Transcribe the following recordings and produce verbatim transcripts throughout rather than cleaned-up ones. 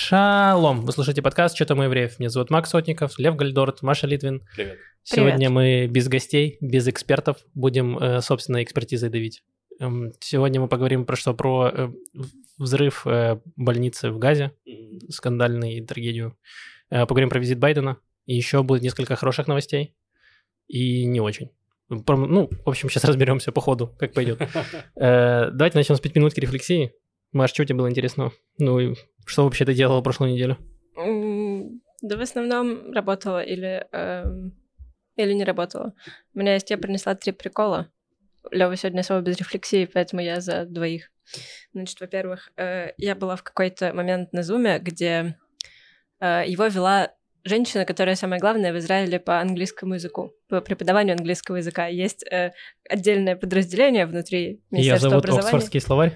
Шалом! Вы слушаете подкаст «Что там у евреев». Меня зовут Макс Сотников, Лев Гальдорт, Маша Литвин. Привет. Сегодня Привет. мы без гостей, без экспертов, будем э, собственной экспертизой давить. Эм, сегодня мы поговорим про что? Про э, взрыв э, больницы в Газе, mm-hmm. скандальный, трагедию. Э, поговорим про визит Байдена. И еще будет несколько хороших новостей. И не очень. Про, ну, в общем, сейчас разберемся по ходу, как пойдет. Э, давайте начнем с пяти минутки рефлексии. Маш, что тебе было интересного? Ну и что вообще ты делала прошлую неделю? Да в основном работала или, э, или не работала. У меня есть, я принесла три прикола. Лёва сегодня особо без рефлексии, поэтому я за двоих. Значит, во-первых, э, я была в какой-то момент на Зуме, где э, его вела женщина, которая самое главное в Израиле по английскому языку, по преподаванию английского языка. Есть э, отдельное подразделение внутри Министерства Ее образования. зовут Оксфордский словарь?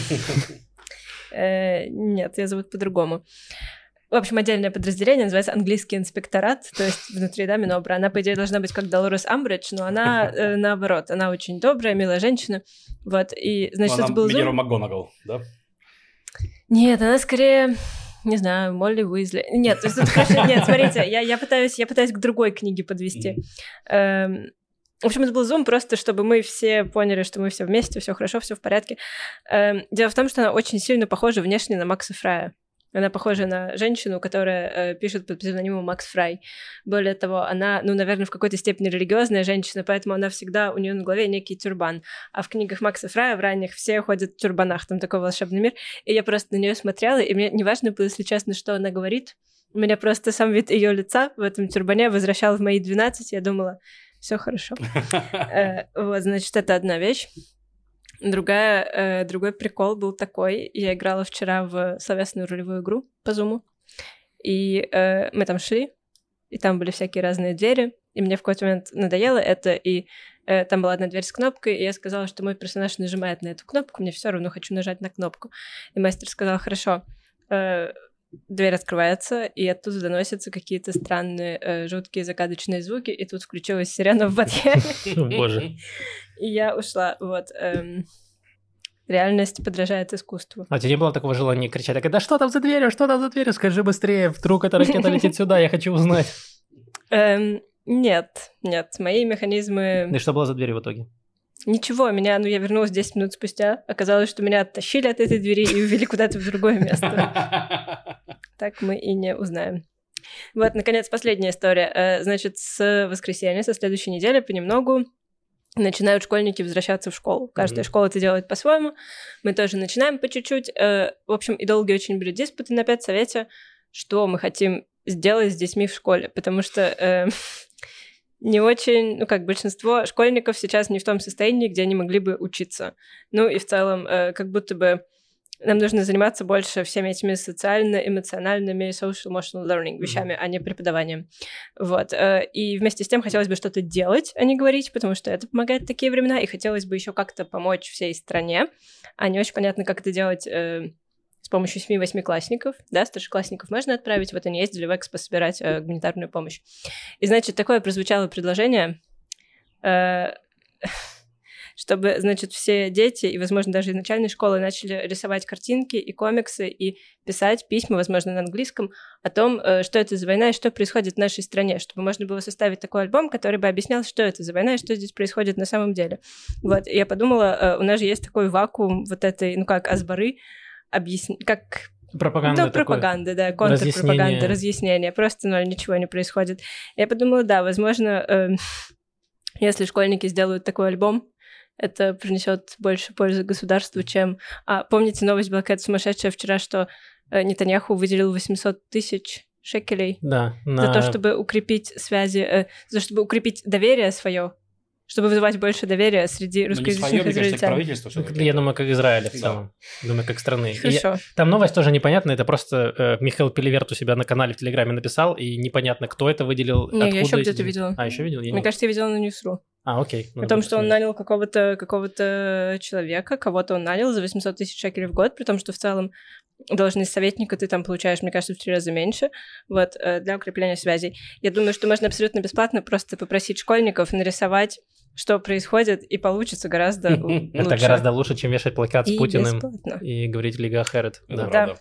Нет, ее зовут по-другому. В общем, отдельное подразделение называется английский инспекторат, то есть внутри, да, Минобра. Она, по идее, должна быть как Долорес Амбридж, но она э, наоборот. Она очень добрая, милая женщина. Вот, и, значит, это был Zoom. Минерва МакГонагал, да? Нет, она скорее... Не знаю, Молли Уизли. Нет, то есть тут, конечно, нет, смотрите, я, я, пытаюсь, я пытаюсь к другой книге подвести. Mm-hmm. Эм, в общем, это был Zoom просто, чтобы мы все поняли, что мы все вместе, все хорошо, все в порядке. Эм, дело в том, что она очень сильно похожа внешне на Макса Фрая. Она похожа на женщину, которая э, пишет под псевдонимом Макс Фрай. Более того, она, ну, наверное, в какой-то степени религиозная женщина, поэтому она всегда, у нее на голове некий тюрбан. А в книгах Макса Фрая, в ранних, все ходят в тюрбанах, там такой волшебный мир. И я просто на нее смотрела, и мне неважно было, если честно, что она говорит. У меня просто сам вид ее лица в этом тюрбане возвращал в мои двенадцать, я думала, все хорошо. Вот, значит, это одна вещь. Другая, э, другой прикол был такой. Я играла вчера в словесную ролевую игру по Зуму, и э, мы там шли, и там были всякие разные двери, и мне в какой-то момент надоело это, и э, там была одна дверь с кнопкой, и я сказала, что мой персонаж нажимает на эту кнопку, мне все равно хочу нажать на кнопку. И мастер сказал, хорошо, э, дверь открывается, и оттуда доносятся какие-то странные, э, жуткие, загадочные звуки, и тут включилась сирена в бадье. Боже. И я ушла, вот. Эм, реальность подражает искусству. А у тебя не было такого желания кричать, так, да что там за дверью, что там за дверью, скажи быстрее, вдруг эта ракета летит сюда, я хочу узнать. Эм, нет, нет, мои механизмы... Ну и что было за дверью в итоге? Ничего, меня, ну я вернулась десять минут спустя, оказалось, что меня оттащили от этой двери и увели куда-то в другое место. Так мы и не узнаем. Вот, наконец, последняя история. Значит, с воскресенья, со следующей недели понемногу начинают школьники возвращаться в школу. Каждая mm-hmm. школа это делает по-своему. Мы тоже начинаем по чуть-чуть. В общем, и долгие очень были диспуты на педсовете, что мы хотим сделать с детьми в школе, потому что э, не очень, ну как большинство школьников сейчас не в том состоянии, где они могли бы учиться. Ну и в целом, э, как будто бы нам нужно заниматься больше всеми этими социально-эмоциональными social-emotional learning вещами, mm-hmm. а не преподаванием. Вот. И вместе с тем хотелось бы что-то делать, а не говорить, потому что это помогает в такие времена, и хотелось бы еще как-то помочь всей стране. А не очень понятно, как это делать э, с помощью семи-восьмиклассников. Да, старшеклассников можно отправить, вот они ездили в Экспо собирать э, гуманитарную помощь. И, значит, такое прозвучало предложение... Э, чтобы, значит, все дети и, возможно, даже из начальной школы начали рисовать картинки и комиксы и писать письма, возможно, на английском, о том, что это за война и что происходит в нашей стране, чтобы можно было составить такой альбом, который бы объяснял, что это за война и что здесь происходит на самом деле. Вот, и я подумала, у нас же есть такой вакуум вот этой, ну как, асбары, объяснить, как... Пропаганда. Да, пропаганда, да, контрпропаганда, разъяснение. разъяснение. Просто ноль, ничего не происходит. Я подумала, да, возможно, э, если школьники сделают такой альбом, это принесет больше пользы государству, чем... А, помните, новость была какая-то сумасшедшая вчера, что э, Нетаньяху выделил восемьсот тысяч шекелей да, на... за то, чтобы укрепить связи, э, за то, чтобы укрепить доверие свое, чтобы вызывать больше доверия среди русскоязычных израильтян. Я думаю, как Израиля в целом. Да. Думаю, как страны. Хорошо. Я... Там новость тоже непонятная. Это просто э, Михаил Пелеверт у себя на канале в Телеграме написал, и непонятно, кто это выделил. Не, я еще где-то видела. А, еще видел? Я Мне не... кажется, я видела на Ньюсру. А, окей. О том, что он нанял какого-то, какого-то человека, кого-то он нанял за восемьсот тысяч шекелей в год, при том, что в целом должность советника ты там получаешь, мне кажется, в три раза меньше, вот, для укрепления связей. Я думаю, что можно абсолютно бесплатно просто попросить школьников нарисовать, что происходит, и получится гораздо лучше. Это гораздо лучше, чем вешать плакат с и Путиным бесплатно. И говорить «Лига Ахерет». Да. Да.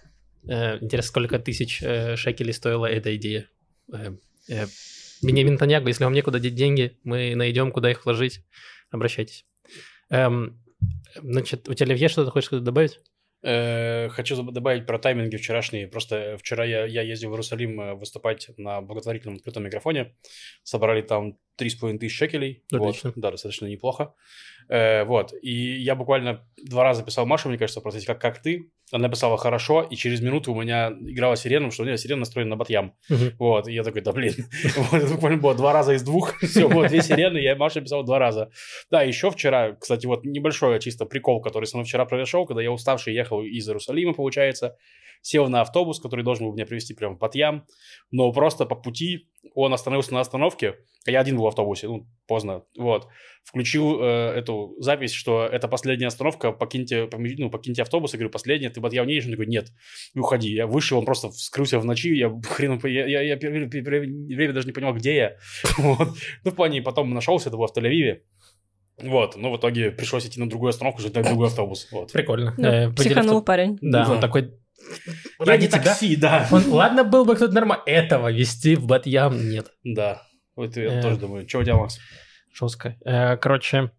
Э, интересно, сколько тысяч э, шекелей стоила эта идея. Э, э, Беньямин Нетаньяху, если вам некуда деть деньги, мы найдем, куда их вложить. Обращайтесь. Эм, значит, у тебя, Оливье, что-то хочешь добавить? Хочу добавить про тайминги вчерашние. Просто вчера я, я ездил в Иерусалим выступать на благотворительном открытом микрофоне. Собрали там три с половиной тысячи шекелей. Отлично. Вот. Да, достаточно неплохо. Э, вот. И я буквально два раза писал Маше, мне кажется, просто как, как ты. Она писала хорошо, и через минуту у меня играла сирена, что у меня сирена настроена на Батьям. Uh-huh. Вот. И я такой, да блин. Вот, это буквально было два раза из двух. Все, вот две сирены, я Маше писал два раза. Да, еще вчера, кстати, вот небольшой чисто прикол, который со мной вчера произошел, когда я уставший ехал из Иерусалима, получается, сел на автобус, который должен был меня привезти прямо в Батьям, но просто по пути он остановился на остановке, я один был в автобусе, ну, поздно, вот, включил э, эту запись, что это последняя остановка, покиньте, ну, покиньте автобус, я говорю, последняя, ты в Батьям не едешь? Он такой, нет, уходи, я вышел, он просто вскрылся в ночи, я хрен, я, я, я первое время даже не понимал, где я, вот, ну, в плане, потом нашелся, это было в Тель-Авиве. Вот, но в итоге пришлось идти на другую остановку, ждать другой автобус. Вот. Прикольно. Ну, э, психанул парень. Да, да, он такой... Ради такси, да. Он, ладно, был бы кто-то нормально. Этого везти в Батьям нет. Да, вот я э, тоже думаю. Что у тебя, Макс? Жестко. Э, короче,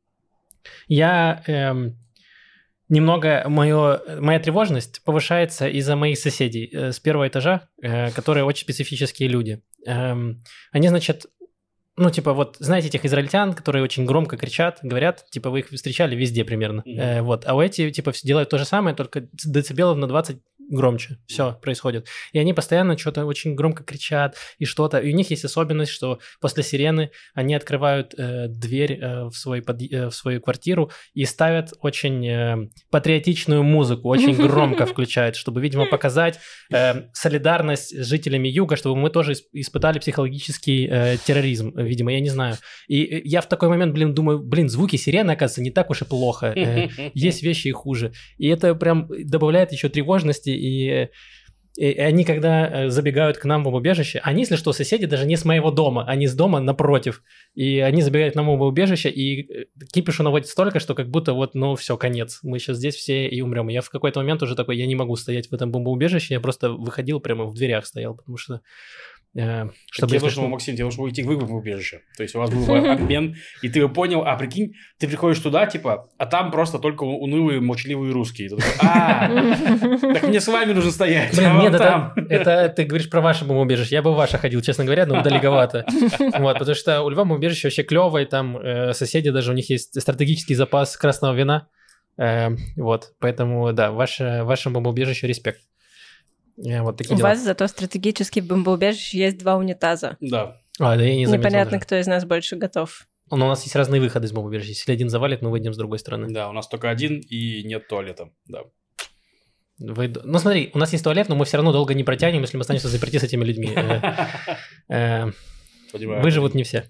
я... Э, немного... Моё, моя тревожность повышается из-за моих соседей э, с первого этажа, э, которые очень специфические люди. Э, они, значит... Ну, типа, вот, знаете, этих израильтян, которые очень громко кричат, говорят, типа, вы их встречали везде примерно. Mm-hmm. Э, вот. А у эти, типа, делают то же самое, только децибелов на двадцать громче. Все происходит. И они постоянно что-то очень громко кричат и что-то. И у них есть особенность, что после сирены они открывают э, дверь э, в, свой под... э, в свою квартиру и ставят очень э, патриотичную музыку, очень громко включают, чтобы, видимо, показать э, солидарность с жителями Юга, чтобы мы тоже испытали психологический э, терроризм, видимо, я не знаю. И я в такой момент, блин, думаю, блин, звуки сирены, оказывается, не так уж и плохо. Э, есть вещи и хуже. И это прям добавляет еще тревожности. И, и они, когда забегают к нам в убежище, они, если что, соседи даже не с моего дома, они с дома напротив. И они забегают к нам в убежище, и кипишу наводит столько, что как будто вот, ну, все, конец. Мы сейчас здесь все и умрем. Я в какой-то момент уже такой, я не могу стоять в этом бомбоубежище, я просто выходил, прямо в дверях стоял, потому что... Чтобы тебе нужно, Максим, тебе нужно уйти в бомбоубежище. То есть у вас был обмен, и ты понял, а прикинь, ты приходишь туда, типа, а там просто только унылые, молчаливые русские. А, так мне с вами нужно стоять. Блин, нет, это ты говоришь про ваше бомбоубежище. Я бы в ваше ходил, честно говоря, но далековато. Вот, потому что у Льва бомбоубежище вообще клевое, там соседи даже, у них есть стратегический запас красного вина. Вот, поэтому, да, ваше, ваше бомбоубежище респект. Вот такие У дела. вас зато стратегически в бомбоубежище есть два унитаза. Да. А, да я не заметил Непонятно, даже. кто из нас больше готов. Но у нас есть разные выходы из бомбоубежища. Если один завалит, мы выйдем с другой стороны. Да, у нас только один и нет туалета. Да. Вы... Ну смотри, у нас есть туалет, но мы все равно долго не протянем, если мы останемся заперти с этими людьми. Выживут не все.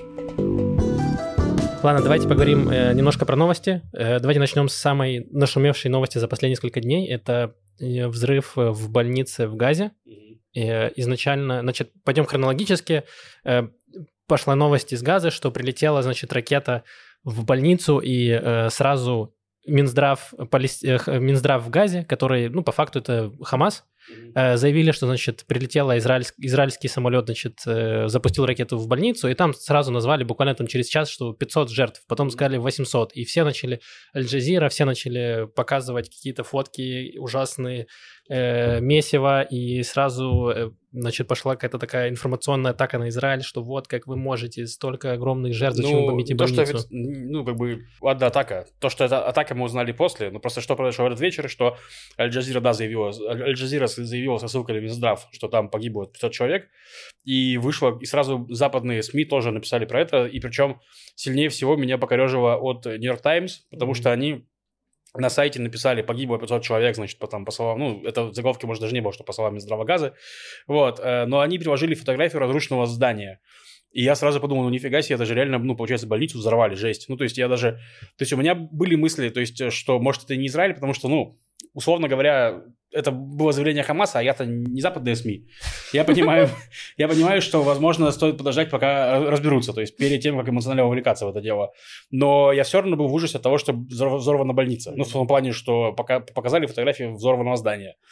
Ладно, давайте поговорим немножко про новости. Давайте начнем с самой нашумевшей новости за последние несколько дней. Это взрыв в больнице в Газе. Изначально, значит, пойдем хронологически. Пошла новость из Газы, что прилетела, значит, ракета в больницу, и сразу Минздрав, Минздрав в Газе, который, ну, по факту это Хамас, заявили, что, значит, прилетел израильский, израильский самолет, значит, запустил ракету в больницу, и там сразу назвали буквально там через час, что пятьсот жертв, потом сказали восемьсот, и все начали, Аль-Джазира, все начали показывать какие-то фотки ужасные, э, месиво, и сразу, э, значит, пошла какая-то такая информационная атака на Израиль, что вот как вы можете, столько огромных жертв, зачем ну, вы бомбите то, больницу? Что, ну, как бы, ладно, атака. То, что это атака, мы узнали после, но просто что произошло в этот вечер, что Аль-Джазира, да, заявила, Аль-Джазира заявила со ссылкой на Минздрав, что там погибло пятьсот человек, и вышло, и сразу западные СМИ тоже написали про это, и причем сильнее всего меня покорежило от Нью-Йорк Таймс, потому mm-hmm. что они на сайте написали, погибло пятьсот человек, значит, потом, по словам, ну, это в заголовке, может, даже не было, что по словам Минздрава Газы, вот, но они приложили фотографию разрушенного здания. И я сразу подумал, ну, нифига себе, это же реально, ну, получается, больницу взорвали, жесть. Ну, то есть я даже... То есть у меня были мысли, то есть, что, может, это не Израиль, потому что, ну, условно говоря, это было заявление Хамаса, а я-то не западные СМИ. Я понимаю, я понимаю, что, возможно, стоит подождать, пока разберутся, то есть перед тем, как эмоционально вовлекаться в это дело. Но я все равно был в ужасе от того, что взорвана больница. Ну, в том плане, что пока показали фотографии взорванного здания.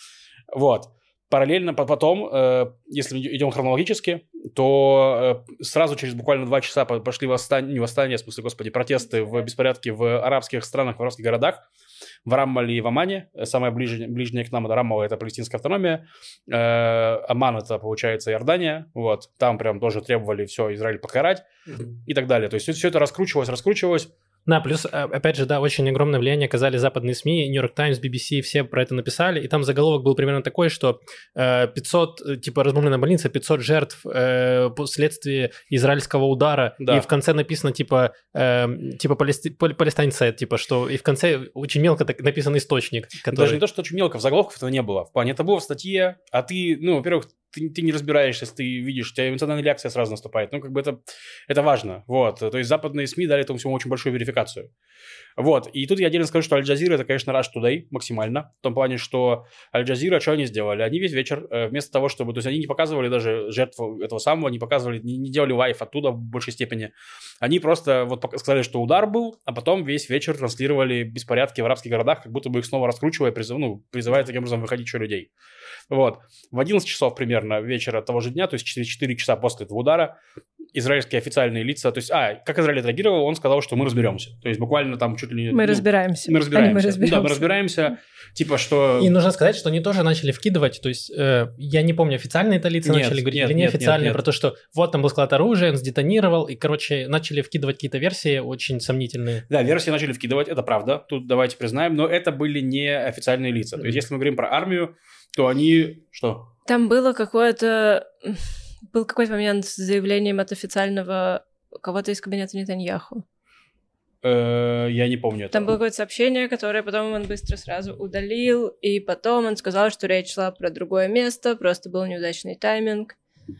Вот. Параллельно потом, э, если идем хронологически, то э, сразу через буквально два часа пошли восстания, не восстания, в смысле, господи, протесты, в беспорядки в арабских странах, в арабских городах, в Раммале и в Амане. Самое ближнее, ближнее к нам это Раммала, это палестинская автономия. Э, Аман это, получается, Иордания. Вот. Там прям тоже требовали все Израиль покарать mm-hmm. и так далее. То есть все это раскручивалось, раскручивалось. Да, плюс, опять же, да, очень огромное влияние оказали западные СМИ, Нью-Йорк Таймс, би би си, все про это написали, и там заголовок был примерно такой, что э, пятьсот, типа, разбомбленная больница, пятьсот жертв э, вследствие израильского удара, да. И в конце написано, типа, э, типа палести, палестинцы, типа, что, и в конце очень мелко так написан источник. Который... Даже не то, что очень мелко, в заголовках этого не было, в плане, это было в статье, а ты, ну, во-первых, Ты, ты не разбираешься, если ты видишь, у тебя эмоциональная реакция сразу наступает. Ну, как бы это, это важно. Вот. То есть западные СМИ дали этому всему очень большую верификацию. Вот. И тут я отдельно скажу, что Аль-Джазира это, конечно, Rush Today максимально. В том плане, что Аль-Джазира, что они сделали? Они весь вечер, вместо того, чтобы... То есть они не показывали даже жертву этого самого, не показывали, не, не делали лайф оттуда в большей степени. Они просто вот сказали, что удар был, а потом весь вечер транслировали беспорядки в арабских городах, как будто бы их снова раскручивая, призыв, ну, призывая таким образом выходить еще людей. Вот. В одиннадцать часов примерно вечера того же дня, то есть через четыре часа после этого удара, израильские официальные лица, то есть, а, как Израиль отреагировал, он сказал, что мы разберемся. То есть буквально там чуть ли не... Мы ну, разбираемся. Мы разбираемся. Мы разберемся. Да, мы разбираемся. Типа, что... И нужно сказать, что они тоже начали вкидывать, то есть, э, я не помню, официальные это лица нет, начали говорить нет, или неофициальные, нет, нет, про то, что вот там был склад оружия, он сдетонировал, и, короче, начали вкидывать какие-то версии очень сомнительные. Да, версии начали вкидывать, это правда, тут давайте признаем, но это были не официальные лица. То есть, если мы говорим про армию, то они... Что? Там было какое-то... Был какой-то момент с заявлением от официального кого-то из кабинета Нетаньяху. Э, я не помню. Там было какое-то сообщение, которое потом он быстро сразу удалил, и потом он сказал, что речь шла про другое место, просто был неудачный тайминг.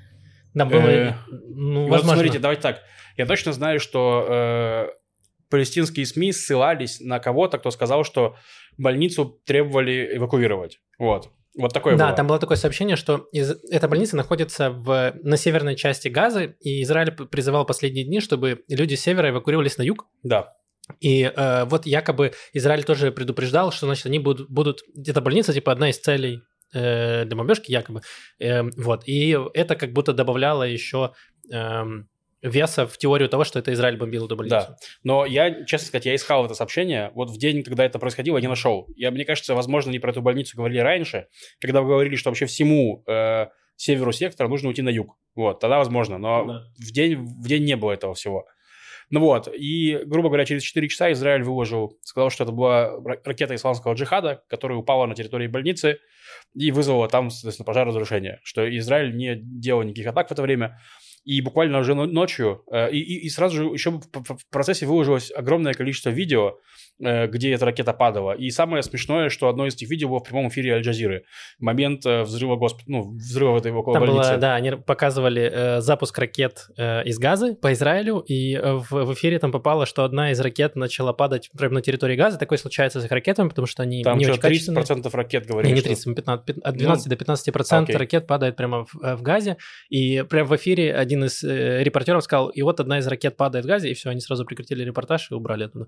Да, было... Э, ну, вот смотрите, давайте так. Я точно знаю, что э, палестинские СМИ ссылались на кого-то, кто сказал, что больницу требовали эвакуировать. Вот. Вот такое да, было. Там было такое сообщение, что из... эта больница находится в... на северной части Газы, и Израиль призывал последние дни, чтобы люди с севера эвакуировались на юг. Да. И э, вот якобы Израиль тоже предупреждал, что, значит, они будут... будут... Эта больница, типа, одна из целей э, для бомбежки, якобы. Э, вот. И это как будто добавляло еще... Э, веса в теорию того, что это Израиль бомбил эту больницу. Да, но я, честно сказать, я искал это сообщение, вот в день, когда это происходило, я не нашел. Я, мне кажется, возможно, они про эту больницу говорили раньше, когда вы говорили, что вообще всему э, северу сектора нужно уйти на юг. Вот, тогда возможно, но да. в, день, в день не было этого всего. Ну вот, и, грубо говоря, через четыре часа Израиль выложил, сказал, что это была ракета исламского джихада, которая упала на территории больницы и вызвала там, соответственно, пожароразрушение, что Израиль не делал никаких атак в это время. И буквально уже ночью, и, и, и сразу же еще в процессе выложилось огромное количество видео, где эта ракета падала. И самое смешное, что одно из этих видео было в прямом эфире Аль-Джазиры. Момент взрыва госпиталя, ну, взрыва в этой около Там больницы. Было, да, они показывали э, запуск ракет э, из Газы по Израилю, и э, в, в эфире там попало, что одна из ракет начала падать прямо на территории Газы. Такое случается с их ракетами, потому что они там не что, очень тридцать процентов ракет, говорили. Не, не что... тридцать, пятнадцать, от двенадцати ну, до пятнадцати процентов okay. ракет падает прямо в, в Газе. И прямо в эфире один из э, репортеров сказал, и вот одна из ракет падает в Газе, и все, они сразу прекратили репортаж и убрали оттуда.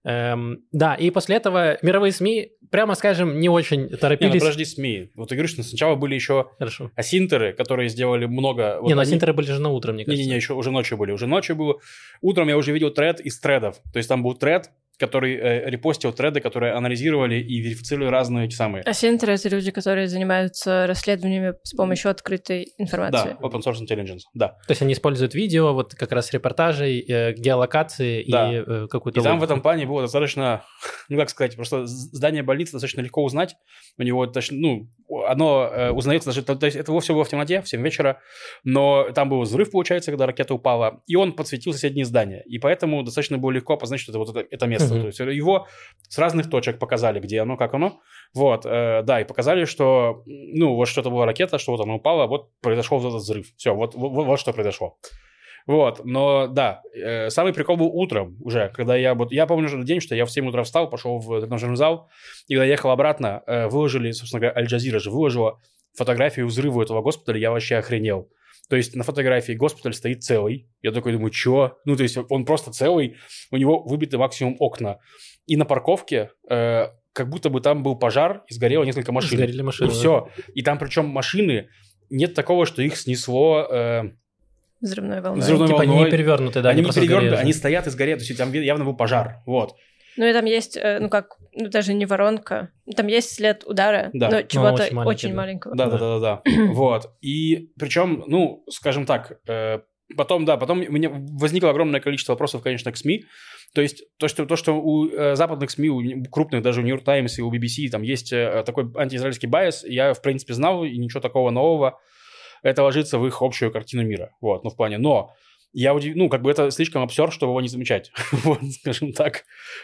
Эм, да, и после этого мировые СМИ, прямо скажем, не очень торопились. Не, ну подожди, СМИ. Вот ты говоришь, что сначала были еще Хорошо. асинтеры, которые сделали много... Не, вот ну они... асинтеры были же на утро, мне кажется. Не-не-не, еще уже ночью были. Уже ночью было. Утром я уже видел тред из тредов. То есть там был тред, который э, репостил треды, которые анализировали и верифицировали разные эти самые. Асинтеры — это люди, которые занимаются расследованиями с помощью открытой информации. Да, open source intelligence, да. То есть они используют видео, вот как раз репортажей, э, геолокации да. и э, какую-то... И там в этом плане было достаточно, ну как сказать, просто здание больницы достаточно легко узнать. У него, точно, ну, оно э, узнается даже, то есть это все было в темноте, в семь вечера, но там был взрыв, получается, когда ракета упала, и он подсветил соседние здания. И поэтому достаточно было легко опознать, что это вот это, это место. Mm-hmm. То есть его с разных точек показали, где оно, как оно. Вот, э, да, и показали, что, ну, вот что-то была ракета, что вот она упала, вот произошел вот этот взрыв. Все, вот, вот, вот что произошло. Вот, но да, э, самый прикол был утром уже, когда я вот, я помню уже день, что я в семь утра встал, пошел в тренажерный зал, и когда ехал обратно, э, выложили, собственно говоря, Аль-Джазира же выложила фотографию взрыва этого госпиталя, я вообще охренел. То есть на фотографии госпиталь стоит целый. Я такой думаю, чё? Ну, то есть он просто целый, у него выбиты максимум окна. И на парковке э, как будто бы там был пожар, и сгорело несколько машин. Сгорели машины. И все. И там причем машины, нет такого, что их снесло... Э, взрывной волной. Взрывной типа волной. не перевернуты, да, они, они не перевернуты, сгорели. они стоят и сгорят, то есть там явно был пожар, вот. Ну и там есть, ну как, ну даже не воронка, там есть след удара, да. но чего-то очень, очень да. маленького. Да-да-да-да, вот. И причем, ну, скажем так, э, потом, да, потом у меня возникло огромное количество вопросов, конечно, к СМИ. То есть то, что, то, что у э, западных СМИ, у крупных, даже у New York Times и у би би си, там есть э, такой антиизраильский байс, я, в принципе, знал, и ничего такого нового. Это ложится в их общую картину мира. Вот, ну, в плане, но я удив... ну, как бы это слишком абсурд, чтобы его не замечать, вот, скажем так.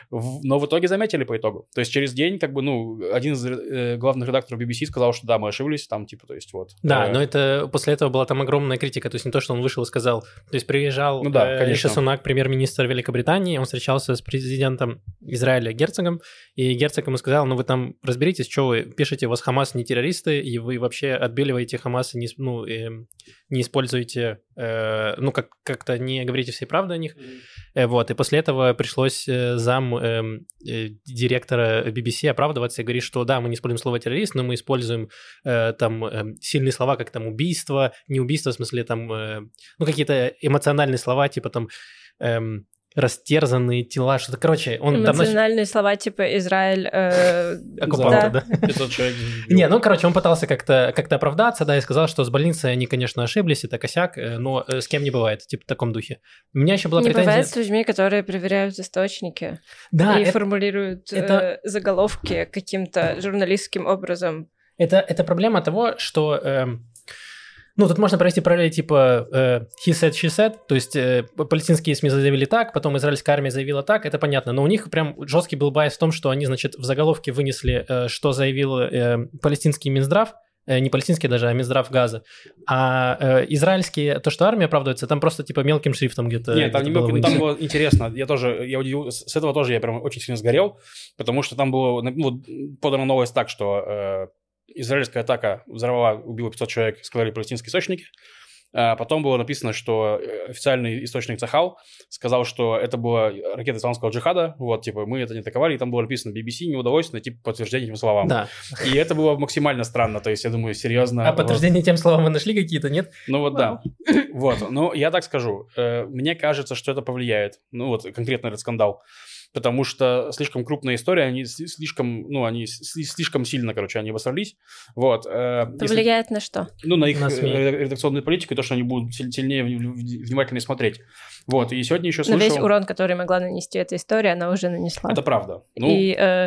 Но в итоге заметили по итогу. То есть через день, как бы, ну, один из э, главных редакторов би би си сказал, что да, мы ошиблись, там, типа, то есть, вот. Да, э... но это после этого была там огромная критика, то есть не то, что он вышел и сказал. То есть приезжал ну, да, э, Риши Сунак, премьер-министр Великобритании, он встречался с президентом Израиля Герцогом, и Герцог ему сказал, ну, вы там разберитесь, что вы пишете, у вас Хамас не террористы, и вы вообще отбеливаете Хамас и не, ну, э, не используете, э, ну, как, как-то не говорите всей правды о них. Mm-hmm. Вот, и после этого пришлось э, зам э, э, директора би би си оправдываться и говорить, что да, мы не используем слово террорист, но мы используем э, там э, сильные слова, как там убийство, не убийство, в смысле там, э, ну, какие-то эмоциональные слова, типа там... Э, растерзанные тела, что-то, короче, он эмоциональные там... слова, типа Израиль... Э... Оккупант, да? пятьсот человек. Не, ну, короче, он пытался как-то, как-то оправдаться, да, и сказал, что с больницей они, конечно, ошиблись, это косяк, но с кем не бывает, типа в таком духе. У меня еще была не претензия... Не бывает с людьми, которые проверяют источники да, и это... формулируют это... э, заголовки каким-то журналистским образом. Это, это проблема того, что... Э... Ну, тут можно провести параллели типа э, he said, she said, то есть э, палестинские СМИ заявили так, потом израильская армия заявила так, это понятно, но у них прям жесткий был байс в том, что они, значит, в заголовке вынесли, э, что заявил э, палестинский Минздрав, э, не палестинский даже, а Минздрав Газа, а э, израильские, то, что армия оправдывается, там просто типа мелким шрифтом где-то... Нет, там, где-то не было мелким, там было интересно, я тоже, я удивил, с этого тоже я прям очень сильно сгорел, потому что там было, ну, подана новость так, что... Э, израильская атака взорвала, убила пятьсот человек, сказали палестинские источники. А потом было написано, что официальный источник Цахал сказал, что это была ракета исламского джихада, вот, типа, мы это не атаковали, и там было написано би би си, не удалось найти подтверждение этим словам. Да. И это было максимально странно, то есть, я думаю, серьезно. А подтверждение вот... тем словам вы нашли какие-то, нет? Ну вот, Вау. Да. Вот, ну, я так скажу, мне кажется, что это повлияет, ну вот, конкретно этот скандал. Потому что слишком крупная история, они слишком, ну, они слишком сильно, короче, они обосрались. Вот. Это если, влияет на что? Ну, на их на редакционную политику, и то, что они будут сильнее, внимательнее смотреть. Вот, и сегодня еще слышал... Но весь урон, который могла нанести эта история, она уже нанесла. Это правда. Ну... И... Э...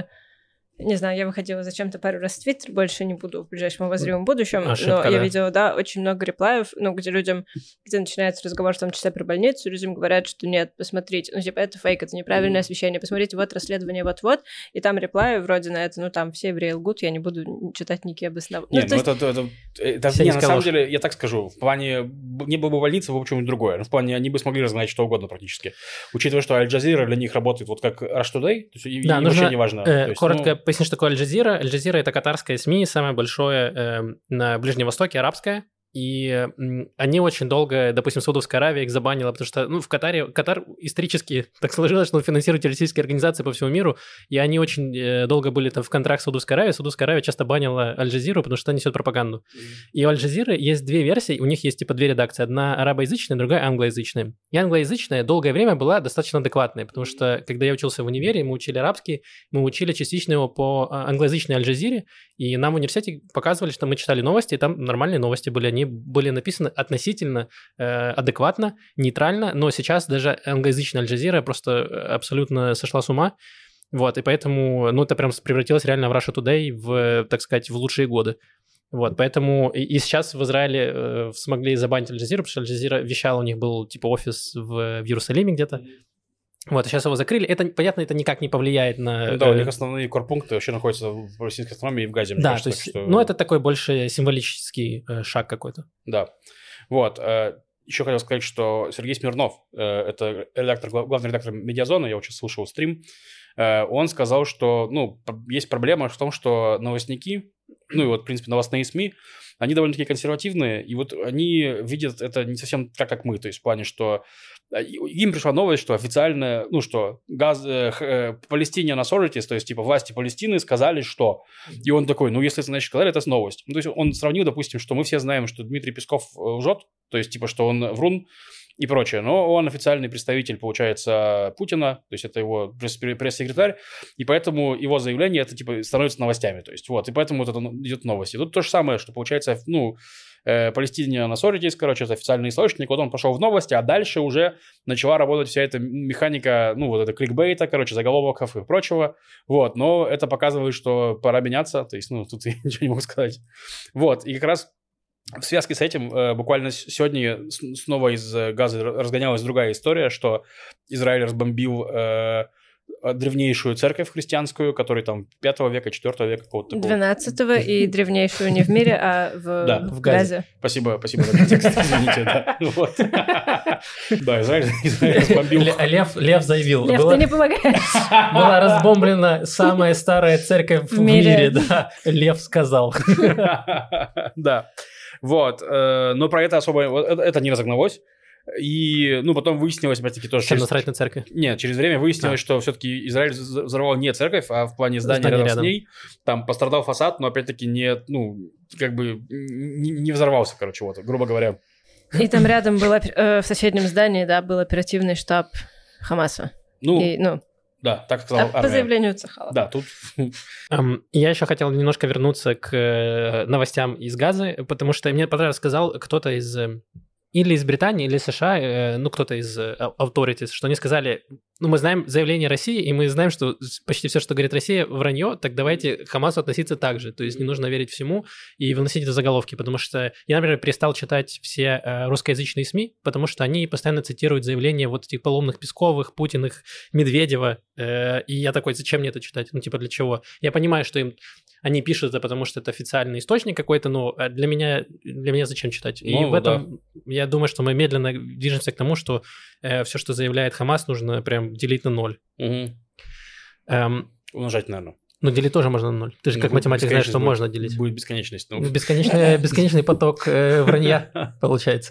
Не знаю, я выходила зачем-то пару раз в Твиттер, больше не буду в ближайшем обозримом будущем, Ошибка, но да. я видела, да, очень много реплаев, ну, где людям, где начинается разговор в том числе про больницу, людям говорят, что нет, посмотрите, ну, типа, это фейк, это неправильное освещение, посмотрите, вот расследование, вот-вот, и там реплаи вроде на это, ну, там все евреи лгут, я не буду читать никакие обоснования. Нет, ну, ну, есть... это, это, это, это не, на самом деле, я так скажу, в плане, не было бы больницы, было бы что-нибудь другое, в плане, они бы смогли разгнать что угодно практически, учитывая, что Аль-Джазира для них работает вот как Rush Today, то есть да, им вообще не важно. Э, есть, коротко ну... пояснить, что такое Аль-Джазира. Аль-Джазира — это катарское СМИ, самое большое э, на Ближнем Востоке, арабское. И э, они очень долго, допустим, Саудовская Аравия их забанила, потому что, ну, в Катаре, Катар исторически так сложилось, что он финансирует террористические организации по всему миру, и они очень э, долго были там в контракт с Саудовской Аравией. Саудовская Аравия часто банила Аль-Джазиру, потому что она несет пропаганду. Mm-hmm. И у Аль-Джазиры есть две версии, у них есть типа две редакции, одна арабоязычная, другая англоязычная. И англоязычная долгое время была достаточно адекватной, потому что, когда я учился в универе, мы учили арабский, мы учили частично его по англоязычной Аль-Джазире, и нам в университете показывали, что мы читали новости, и там нормальные новости были, они были написаны относительно э, адекватно, нейтрально, но сейчас даже англоязычная Аль-Джазира просто абсолютно сошла с ума, вот, и поэтому, ну, это прям превратилось реально в Russia Today, в, так сказать, в лучшие годы. Вот, поэтому и, и сейчас в Израиле э, смогли забанить Аль-Джазиру, потому что Аль-Джазира вещала, у них был типа офис в, в Иерусалиме где-то. Вот, а сейчас его закрыли. Это, понятно, это никак не повлияет на... Ну, да, у них основные корпункты вообще находятся в палестинской автономии и в Газе. Да, кажется, то есть, что... ну, это такой больше символический э, шаг какой-то. Да, вот. Э, еще хотел сказать, что Сергей Смирнов, э, это редактор, главный редактор «Медиазона», я вот сейчас слушал стрим, э, он сказал, что, ну, есть проблема в том, что новостники, ну, и вот, в принципе, новостные СМИ, они довольно-таки консервативные, и вот они видят это не совсем так, как мы, то есть в плане, что им пришла новость, что официально, ну что, газ, э, э, Palestinian Authorities, то есть типа власти Палестины сказали, что. И он такой, ну если это значит сказали, это новость. Ну, то есть он сравнил, допустим, что мы все знаем, что Дмитрий Песков лжет, то есть типа, что он врун и прочее. Но он официальный представитель, получается, Путина, то есть это его пресс-секретарь, и поэтому его заявление это типа становится новостями. То есть вот, и поэтому вот это идет новость. И тут то же самое, что получается, ну, э, Palestinian Authorities, короче, это официальный источник, вот он пошел в новости, а дальше уже начала работать вся эта механика, ну, вот это кликбейта, короче, заголовков и прочего. Вот, но это показывает, что пора меняться, то есть, ну, тут я ничего не могу сказать. Вот, и как раз в связке с этим э, буквально сегодня снова из Газы разгонялась другая история, что Израиль разбомбил э, древнейшую церковь христианскую, которая там пятого века, четвёртого века какого-то такого. двенадцатого и древнейшую не в мире, а в, да, в Газе. Спасибо, спасибо за контекст, извините, да. Да, Израиль разбомбил. Лев заявил. Лев, ты не помогаешь. Была разбомблена самая старая церковь в мире, да. Лев сказал. Да. Вот, э, но про это особо, это, это не разогналось, и, ну, потом выяснилось, опять-таки, тоже... Чем через... насрать на церковь? Нет, через время выяснилось, а. что все-таки Израиль взорвал не церковь, а в плане здания рядом, рядом с ней, там пострадал фасад, но, опять-таки, не, ну, как бы не, не взорвался, короче, вот, грубо говоря. И там рядом было, э, в соседнем здании, да, был оперативный штаб Хамаса. Ну... И, ну... Да, так сказал а по заявлению Цахала. Да, тут... Um, я еще хотел немножко вернуться к э, новостям из Газы, потому что мне понравилось, сказал кто-то из... Э, или из Британии, или США, э, ну, кто-то из э, authorities, что они сказали, ну, мы знаем заявление России, и мы знаем, что почти все, что говорит Россия, вранье, так давайте к Хамасу относиться так же. То есть не нужно верить всему и выносить это заголовки, потому что я, например, перестал читать все э, русскоязычные СМИ, потому что они постоянно цитируют заявления вот этих поломных Песковых, Путиных, Медведева, э, и я такой, зачем мне это читать? Ну, типа, для чего? Я понимаю, что им они пишут это, потому что это официальный источник какой-то, но для меня, для меня зачем читать? Ну, и в этом, да. Я думаю, что мы медленно движемся к тому, что э, все, что заявляет Хамас, нужно прям делить на ноль. Угу. Эм, Умножать, наверное. Ну, делить тоже можно на ноль. Ты же ну, как математик знаешь, что будет, можно делить. Будет бесконечность. Ну. Бесконечный, бесконечный поток э, вранья получается.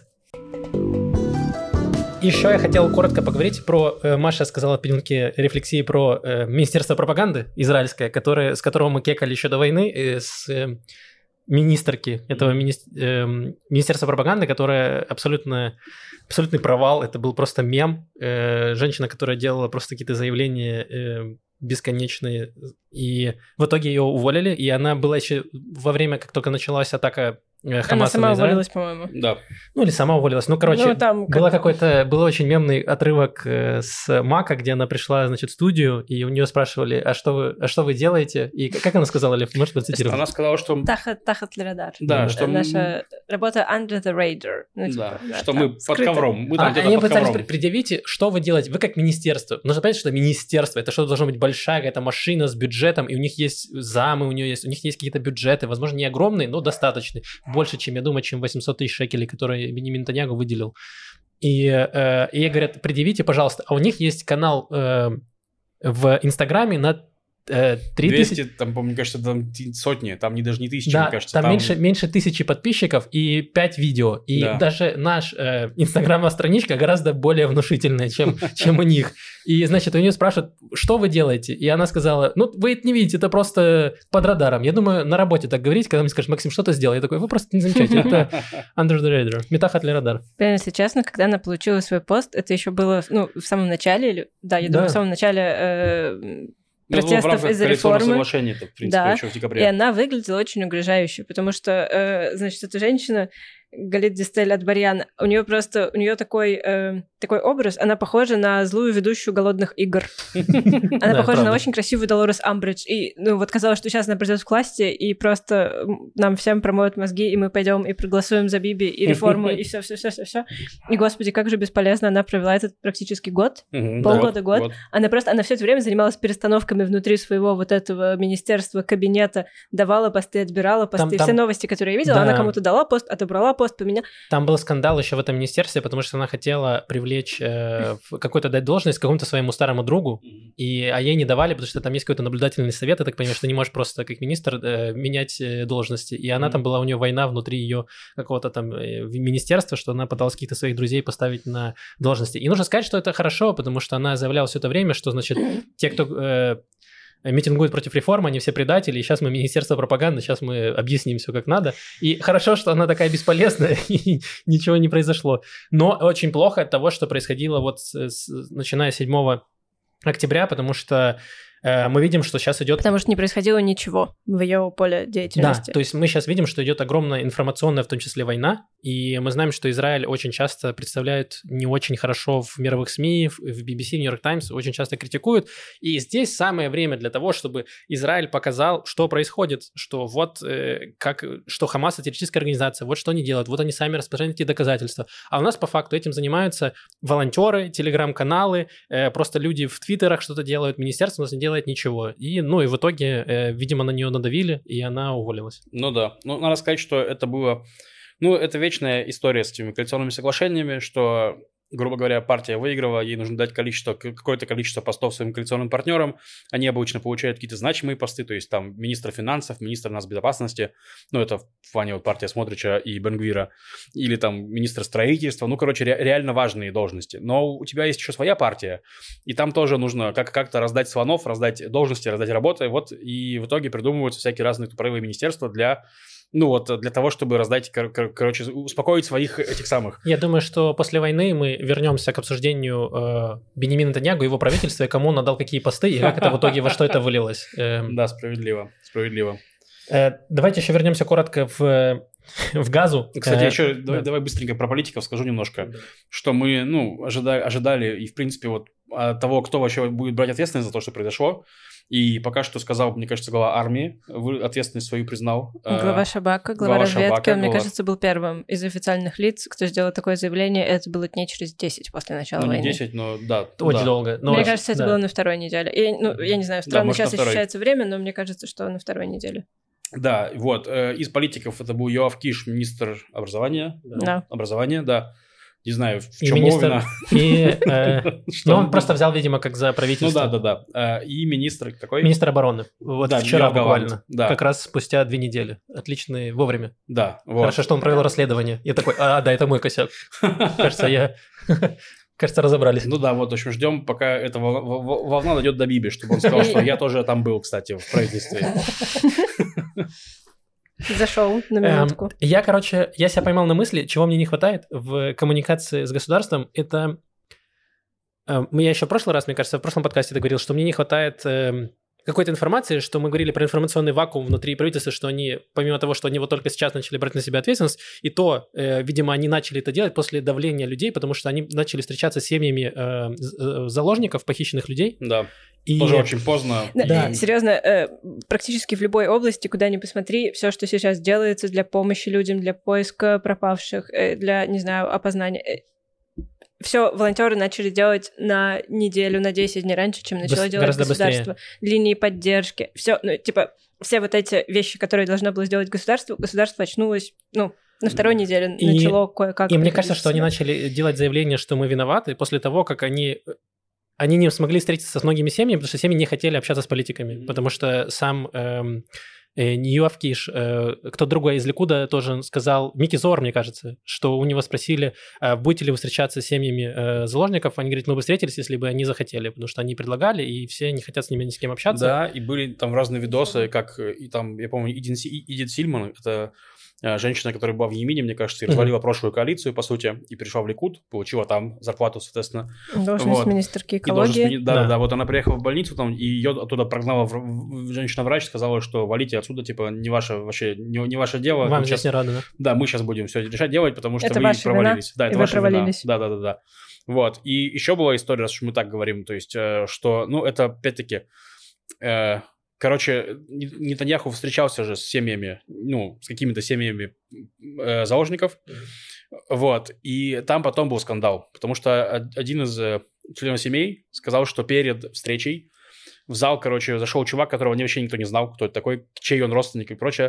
Еще я хотел коротко поговорить про, э, Маша сказала в пилинке рефлексии про э, Министерство пропаганды израильское, которое, с которого мы кекали еще до войны, э, с э, министрки этого мини, э, Министерства пропаганды, которое абсолютно, абсолютный провал, это был просто мем, э, женщина, которая делала просто какие-то заявления э, бесконечные, и в итоге ее уволили, и она была еще во время, как только началась атака Хамаса. Она сама уволилась, по-моему. Да. Ну, или сама уволилась. Ну, короче, ну, там было как... какой-то, был очень мемный отрывок с Мака, где она пришла, значит, в студию, и у нее спрашивали, а что вы, а что вы делаете? И как она сказала, Лев, можешь процитировать? Она сказала, что... Тахат, тахат лирадар. Да, что... Наша работа under the radar. Ну, типа, да, да, что там, мы под скрыто. ковром. Мы там а, где-то они под пытались ковром. предъявить, что вы делаете. Вы как министерство. Нужно понять, что министерство, это что-то должно быть большая какая-то машина с бюджетом, и у них есть замы, у, нее есть, у них есть какие-то бюджеты, возможно, не огромные, но достаточные. Больше, чем, я думаю, чем восемьсот тысяч шекелей, которые Беньямин Нетаньяху выделил. И, э, и говорят, предъявите, пожалуйста. А у них есть канал э, в Инстаграме на э, три тысячи... двести, там, мне кажется, там сотни, там не, даже не тысячи, да, мне кажется. Там, там меньше, меньше тысячи подписчиков и пять видео. И да. даже наш э, инстаграмная страничка гораздо более внушительная, чем, чем у них. И, значит, у нее спрашивают, что вы делаете? И она сказала, ну, вы это не видите, это просто под радаром. Я думаю, на работе так говорить, когда мне скажут, Максим, что ты сделал? Я такой, вы просто не замечаете, это under the radar, метахат ли радар. Если честно, когда она получила свой пост, это еще было, ну, в самом начале, или, да, я думаю, да. в самом начале... Э, протестов ну, из-за реформы. Соглашение-то, в принципе, да. еще в декабре. И она выглядела очень угрожающе, потому что, э, значит, эта женщина, Галит Дистель Атбарьян, у нее просто, у нее такой, э, такой образ, она похожа на злую ведущую «Голодных игр». Она похожа на очень красивую Долорес Амбридж. И, ну, вот казалось, что сейчас она придет в классе и просто нам всем промоют мозги, и мы пойдем и проголосуем за Биби, и реформу, и все, все, все, все, все. И, господи, как же бесполезно она провела этот практически год, полгода, год. Она просто, она все это время занималась перестановками внутри своего вот этого министерства, кабинета, давала посты, отбирала посты. Все новости, которые я видела, она кому-то дала пост, отобрала пост, пост поменял. Там был скандал еще в этом министерстве, потому что она хотела привлечь э, какую-то дать должность какому-то своему старому другу, и, а ей не давали, потому что там есть какой-то наблюдательный совет, я так понимаю, что ты не можешь просто как министр э, менять э, должности. И она mm-hmm. там была, у нее война внутри ее какого-то там э, министерства, что она пыталась каких-то своих друзей поставить на должности. И нужно сказать, что это хорошо, потому что она заявляла все это время, что, значит, те, кто... Э, митингуют против реформы, они все предатели, и сейчас мы Министерство пропаганды, сейчас мы объясним все как надо. И хорошо, что она такая бесполезная, и ничего не произошло. Но очень плохо от того, что происходило вот с, с, начиная с седьмого октября, потому что э, мы видим, что сейчас идет... Потому что не происходило ничего в ее поле деятельности. Да, то есть мы сейчас видим, что идет огромная информационная, в том числе, война, и мы знаем, что Израиль очень часто представляет не очень хорошо в мировых СМИ, в би би си, в Нью-Йорк Таймс, очень часто критикуют, и здесь самое время для того, чтобы Израиль показал, что происходит, что вот э, как, что Хамас — это террористическая организация, вот что они делают, вот они сами распространяют эти доказательства. А у нас по факту этим занимаются волонтеры, телеграм-каналы, э, просто люди в твиттерах что-то делают, министерство у нас не делает ничего. И, ну, и в итоге, э, видимо, на нее надавили, и она уволилась. Ну да, ну надо сказать, что это было... Ну, это вечная история с этими коалиционными соглашениями, что, грубо говоря, партия выиграла, ей нужно дать количество, какое-то количество постов своим коалиционным партнерам. Они обычно получают какие-то значимые посты, то есть там министр финансов, министр нацбезопасности, ну, это в плане вот партия Смотрича и Бен-Гвира, или там министр строительства, ну, короче, ре- реально важные должности. Но у тебя есть еще своя партия, и там тоже нужно как- как-то раздать слонов, раздать должности, раздать работы, вот, и в итоге придумываются всякие разные тупорылые министерства для... Ну вот, для того, чтобы раздать, кор- кор- короче, успокоить своих этих самых. Я думаю, что после войны мы вернемся к обсуждению э, Беньямина Нетаньяху, его правительства, и кому он отдал какие посты, и как это в итоге, во что это вылилось. Да, справедливо, справедливо. Давайте еще вернемся коротко в... в Газу. Кстати, э, еще да. давай, давай быстренько про политиков скажу немножко, да. Что мы, ну, ожидали, ожидали и, в принципе, вот от того, кто вообще будет брать ответственность за то, что произошло. И пока что сказал, мне кажется, глава армии ответственность свою признал. Глава Шабака, глава, глава разведки, Шабака, он, глава... мне кажется, был первым из официальных лиц, кто сделал такое заявление. Это было дней через десять после начала ну, войны. Не десять, но да. Очень да. долго. Но мне очень... кажется, это да. было на второй неделе. Я, ну, я не знаю, странно да, сейчас ощущается время, но мне кажется, что на второй неделе. Да, вот. Из политиков это был Йоав Киш, министр образования. Да. Образования, да. Не знаю, в и чем министр, и, э, ну, он просто взял, видимо, как за правительство. Ну да, да, да. И министр какой? Министр обороны. Вот да, вчера буквально. Да. Как раз спустя две недели. Отличный, вовремя. Да. Вот. Хорошо, что он провел расследование. Я такой, а, да, это мой косяк. Кажется, я... Кажется, разобрались. Ну да, вот, в общем, ждем, пока эта волна дойдет до Биби, чтобы он сказал, что я тоже там был, кстати, в правительстве. Зашел на минутку. Эм, я, короче, я себя поймал на мысли, чего мне не хватает в коммуникации с государством. Это... Э, я еще в прошлый раз, мне кажется, в прошлом подкасте это говорил, что мне не хватает э, какой-то информации, что мы говорили про информационный вакуум внутри правительства, что они, помимо того, что они вот только сейчас начали брать на себя ответственность, и то, э, видимо, они начали это делать после давления людей, потому что они начали встречаться с семьями э, заложников, похищенных людей. Да. И... Тоже очень поздно. Да, да. Серьезно, э, практически в любой области, куда ни посмотри, все, что сейчас делается для помощи людям, для поиска пропавших, э, для, не знаю, опознания, э, все волонтеры начали делать на неделю, на десять дней раньше, чем начало Быс- делать государство. Быстрее. Линии поддержки, все, ну, типа, все вот эти вещи, которые должно было сделать государство, государство очнулось, ну, на второй неделе и, начало кое-как. И мне кажется, что они начали делать заявление, что мы виноваты, после того, как они... Они не смогли встретиться с многими семьями, потому что семьи не хотели общаться с политиками, mm-hmm. потому что сам эм, э, Йоав Киш, э, кто другой из Ликуда тоже сказал, Микки Зоар, мне кажется, что у него спросили, э, будете ли вы встречаться с семьями э, заложников, они говорят, мы бы встретились, если бы они захотели, потому что они предлагали, и все не хотят с ними ни с кем общаться. Да, и были там разные видосы, как, и там, я помню, Идин, Идин Сильман, это... женщина, которая была в Йемене, мне кажется, и развалила mm-hmm. прошлую коалицию, по сути, и пришла в Ликуд, получила там зарплату, соответственно. Должность вот. министерки экологии. Должность, да, да, да, вот она приехала в больницу, там, и ее оттуда прогнала в... женщина-врач, сказала, что валите отсюда, типа, не ваше вообще, не, не ваше дело. Вам здесь сейчас... не рады, да? Да, мы сейчас будем все решать, делать, потому что это вы провалились. Вина, да, это и ваша провалились. вина. Да, да, да, да. Вот, и еще была история, раз уж мы так говорим, то есть, что, ну, это, опять-таки... Э, Короче, Нетаньяху встречался же с семьями, ну, с какими-то семьями э, заложников, mm-hmm. вот, и там потом был скандал, потому что один из членов семей сказал, что перед встречей в зал, короче, зашел чувак, которого вообще никто не знал, кто это такой, чей он родственник и прочее,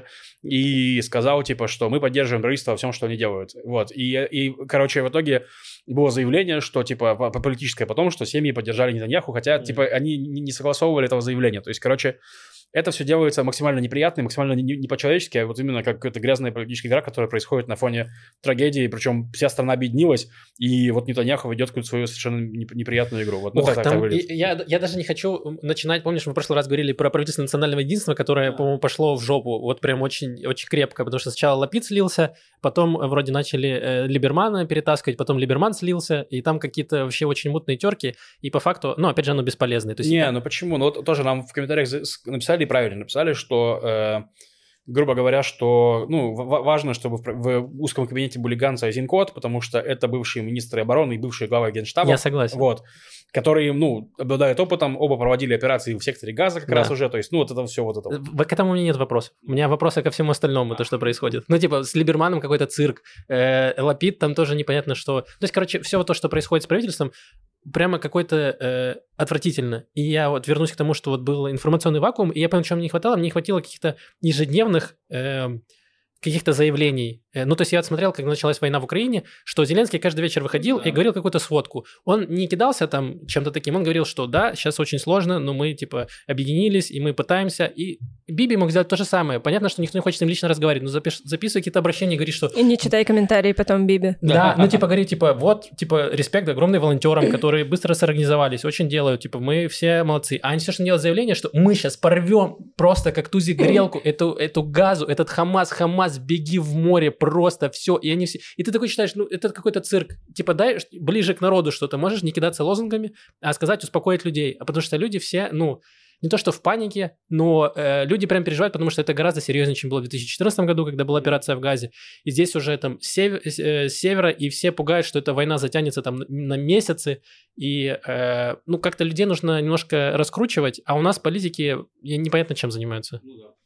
и сказал, типа, что мы поддерживаем правительство во всем, что они делают. Вот. И, и короче, в итоге было заявление, что, типа, по, по политическое потом, что семьи поддержали Нетаньяху, хотя, mm-hmm. типа, они не, не согласовывали этого заявления. То есть, короче, это все делается максимально неприятно, максимально не, не по-человечески, а вот именно как какая-то грязная политическая игра, которая происходит на фоне трагедии, причем вся страна объединилась, и вот Нетаньяху ведет какую-то свою совершенно неприятную игру. Вот, ну, Ох, так, там, так и, я, я даже не хочу начинать, помнишь, мы в прошлый раз говорили про правительство национального единства, которое, да. по-моему, пошло в жопу, вот прям очень, очень крепко, потому что сначала Лапид слился, потом вроде начали э, Либермана перетаскивать, потом Либерман слился, и там какие-то вообще очень мутные терки, и по факту, ну, опять же, оно бесполезное. То есть, не, это... ну почему? Ну, вот тоже нам в комментариях написали, и правильно написали, что, э, грубо говоря, что, ну, в- важно, чтобы в, в узком кабинете были Ганц и Айзенкот, потому что это бывшие министры обороны и бывшие главы генштаба. Я согласен. Вот. Которые, ну, обладают опытом, оба проводили операции в секторе Газа как да. раз уже, то есть, ну, вот это все вот это. К этому у меня нет вопросов. У меня вопросы ко всему остальному, то, что происходит. Ну, типа, с Либерманом какой-то цирк, э, Лапид там тоже непонятно что. То есть, короче, все то, что происходит с правительством, прямо какой-то э, отвратительно. И я вот вернусь к тому, что вот был информационный вакуум, и я понял, чего мне не хватало. Мне не хватило каких-то ежедневных... Э, каких-то заявлений. Ну, то есть я отсмотрел, когда началась война в Украине, что Зеленский каждый вечер выходил да. и говорил какую-то сводку. Он не кидался там чем-то таким, он говорил, что да, сейчас очень сложно, но мы, типа, объединились, и мы пытаемся. И Биби мог сделать то же самое. Понятно, что никто не хочет с ним лично разговаривать, но запиш... записывай какие-то обращения и говори, что... И не читай комментарии потом Биби. Да, ну, типа, говори, типа, вот, типа, респект огромный волонтерам, которые быстро сорганизовались, очень делают, типа, мы все молодцы. А они все же делают заявление, что мы сейчас порвем просто как тузик грелку эту, эту газу, этот Хамас, Хамас, беги в море, просто все. И они все... И ты такой считаешь, ну, это какой-то цирк. Типа, дай ближе к народу что-то. Можешь не кидаться лозунгами, а сказать, успокоить людей. А потому что люди все, ну, не то что в панике, но э, люди прям переживают, потому что это гораздо серьезнее, чем было в две тысячи четырнадцатом году, когда была операция в Газе. И здесь уже там сев... э, с севера, и все пугают, что эта война затянется там на месяцы. И, э, ну, как-то людей нужно немножко раскручивать, а у нас политики непонятно чем занимаются. Ну, да.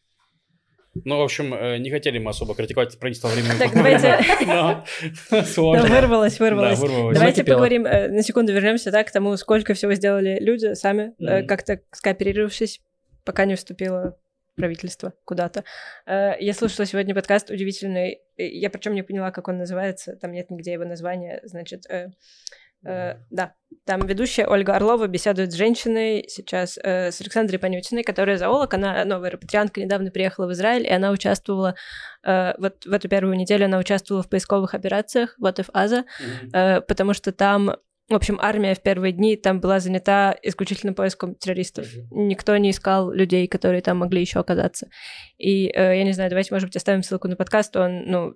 Ну, в общем, не хотели мы особо критиковать правительство времени. Так, давайте... Сложно. Вырвалось, вырвалось. Давайте поговорим, на секунду вернемся к тому, сколько всего сделали люди сами, как-то скооперировавшись, пока не вступило правительство куда-то. Я слушала сегодня подкаст удивительный, я причем не поняла, как он называется, там нет нигде его названия, значит... Uh, да, там ведущая Ольга Орлова беседует с женщиной сейчас, uh, с Александрой Панютиной, которая зоолог, она новая репатриантка, недавно приехала в Израиль, и она участвовала, uh, вот в эту первую неделю она участвовала в поисковых операциях в Отеф-Аза, mm-hmm. uh, потому что там, в общем, армия в первые дни там была занята исключительно поиском террористов. Mm-hmm. Никто не искал людей, которые там могли еще оказаться. И, uh, я не знаю, давайте, может быть, оставим ссылку на подкаст, он, ну,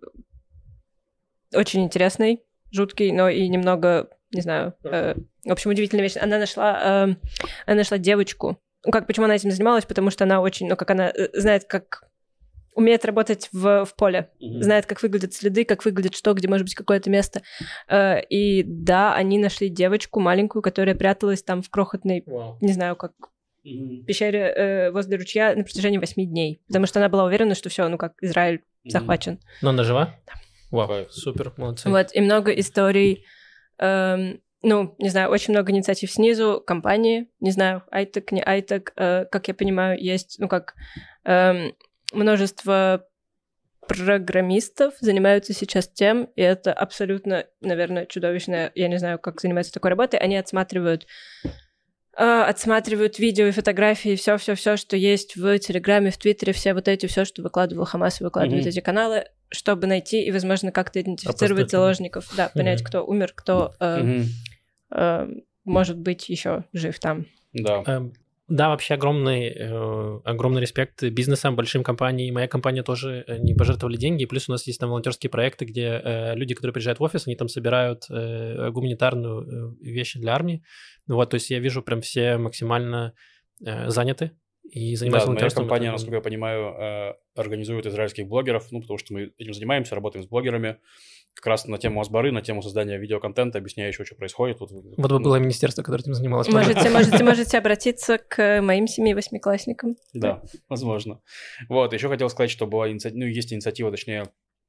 очень интересный, жуткий, но и немного... не знаю, э, в общем, удивительная вещь. Она нашла, э, она нашла девочку. Ну, как, почему она этим занималась? Потому что она очень, ну, как она э, знает, как умеет работать в, в поле, mm-hmm. знает, как выглядят следы, как выглядит что, где может быть какое-то место. Э, и да, они нашли девочку маленькую, которая пряталась там в крохотной, wow. не знаю, как mm-hmm. пещере э, возле ручья на протяжении восьми дней. Потому что она была уверена, что все, ну, как Израиль mm-hmm. захвачен. Но она жива? Да. Вау, wow. Супер, молодцы. Вот, и много историй. Эм, ну, не знаю, очень много инициатив снизу, компании, не знаю, айтек, не айтек, э, как я понимаю, есть, ну, как э, множество программистов занимаются сейчас тем, и это абсолютно, наверное, чудовищно, я не знаю, как занимаются такой работой, они отсматривают Uh, отсматривают видео и фотографии, все-все-все, что есть в Телеграме, в Твиттере, все вот эти, все, что выкладывал Хамас и выкладывают mm-hmm. эти каналы, чтобы найти и, возможно, как-то идентифицировать заложников, да, понять, mm-hmm. кто умер, кто, uh, mm-hmm. uh, может быть, еще жив там. Да. Um, да, вообще огромный, э, огромный респект бизнесам, большим компаниям. Моя компания тоже не пожертвовали деньги. Плюс у нас есть там волонтерские проекты, где э, люди, которые приезжают в офис, они там собирают э, гуманитарную э, вещи для армии. Вот, то есть я вижу, прям все максимально э, заняты и занимаются да, волонтерством. Моя компания, насколько я понимаю, э, организует израильских блогеров, ну, потому что мы этим занимаемся, работаем с блогерами. Как раз на тему Асбары, на тему создания видеоконтента, объясняющего, что происходит. Вот, вот бы было министерство, которое этим занималось. Можете, можете, можете обратиться к моим семи-восьмиклассникам. Да, возможно. Вот, еще хотел сказать, что была инициатива, ну, есть инициатива, точнее,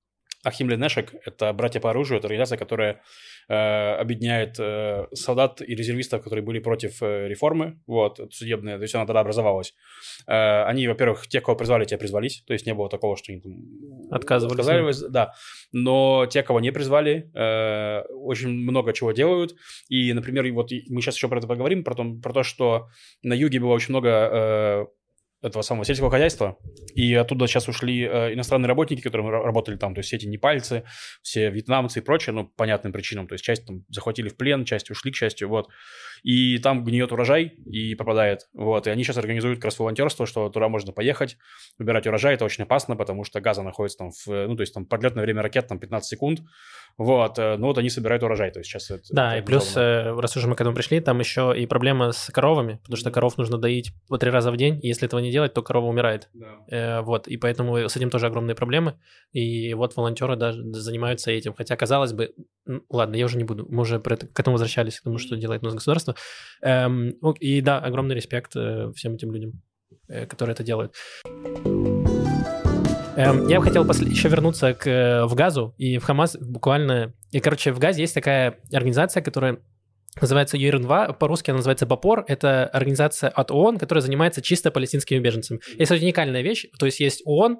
Ахим Ленешек – это «Братья по оружию», это организация, которая э, объединяет э, солдат и резервистов, которые были против э, реформы, вот, судебная, то есть она тогда образовалась. Э, они, во-первых, те, кого призвали, те призвались, то есть не было такого, что они там отказывались. отказались, да. Но те, кого не призвали, э, очень много чего делают. И, например, вот мы сейчас еще про это поговорим, про то, про то что на юге было очень много э, этого самого сельского хозяйства, и оттуда сейчас ушли э, иностранные работники, которые работали там, то есть все эти непальцы, все вьетнамцы и прочее, ну, по понятным причинам, то есть часть там захватили в плен, часть ушли, к счастью, вот, и там гниет урожай и пропадает, вот, и они сейчас организуют как раз волонтерство, что туда можно поехать, выбирать урожай, это очень опасно, потому что газа находится там, в, ну, то есть там подлетное время ракет там пятнадцать секунд, вот, ну, вот они собирают урожай, то есть сейчас это... Да, это и плюс, э, раз уже мы к этому пришли, там еще и проблема с коровами, потому что коров нужно доить по три раза в день, и если этого не делать, то корова умирает. Да. Э, вот, и поэтому с этим тоже огромные проблемы. И вот волонтеры даже занимаются этим. Хотя, казалось бы, ну, ладно, я уже не буду, мы уже это, к этому возвращались, к тому, что делает у нас государство. Эм, и да, огромный респект э, всем этим людям, э, которые это делают. Эм, я бы хотел после... еще вернуться к, в Газу и в Хамас буквально. И, короче, в Газе есть такая организация, которая называется ю эр эн два, по-русски она называется БАПОР, это организация от ООН, которая занимается чисто палестинскими беженцами. Есть уникальная вещь, то есть есть ООН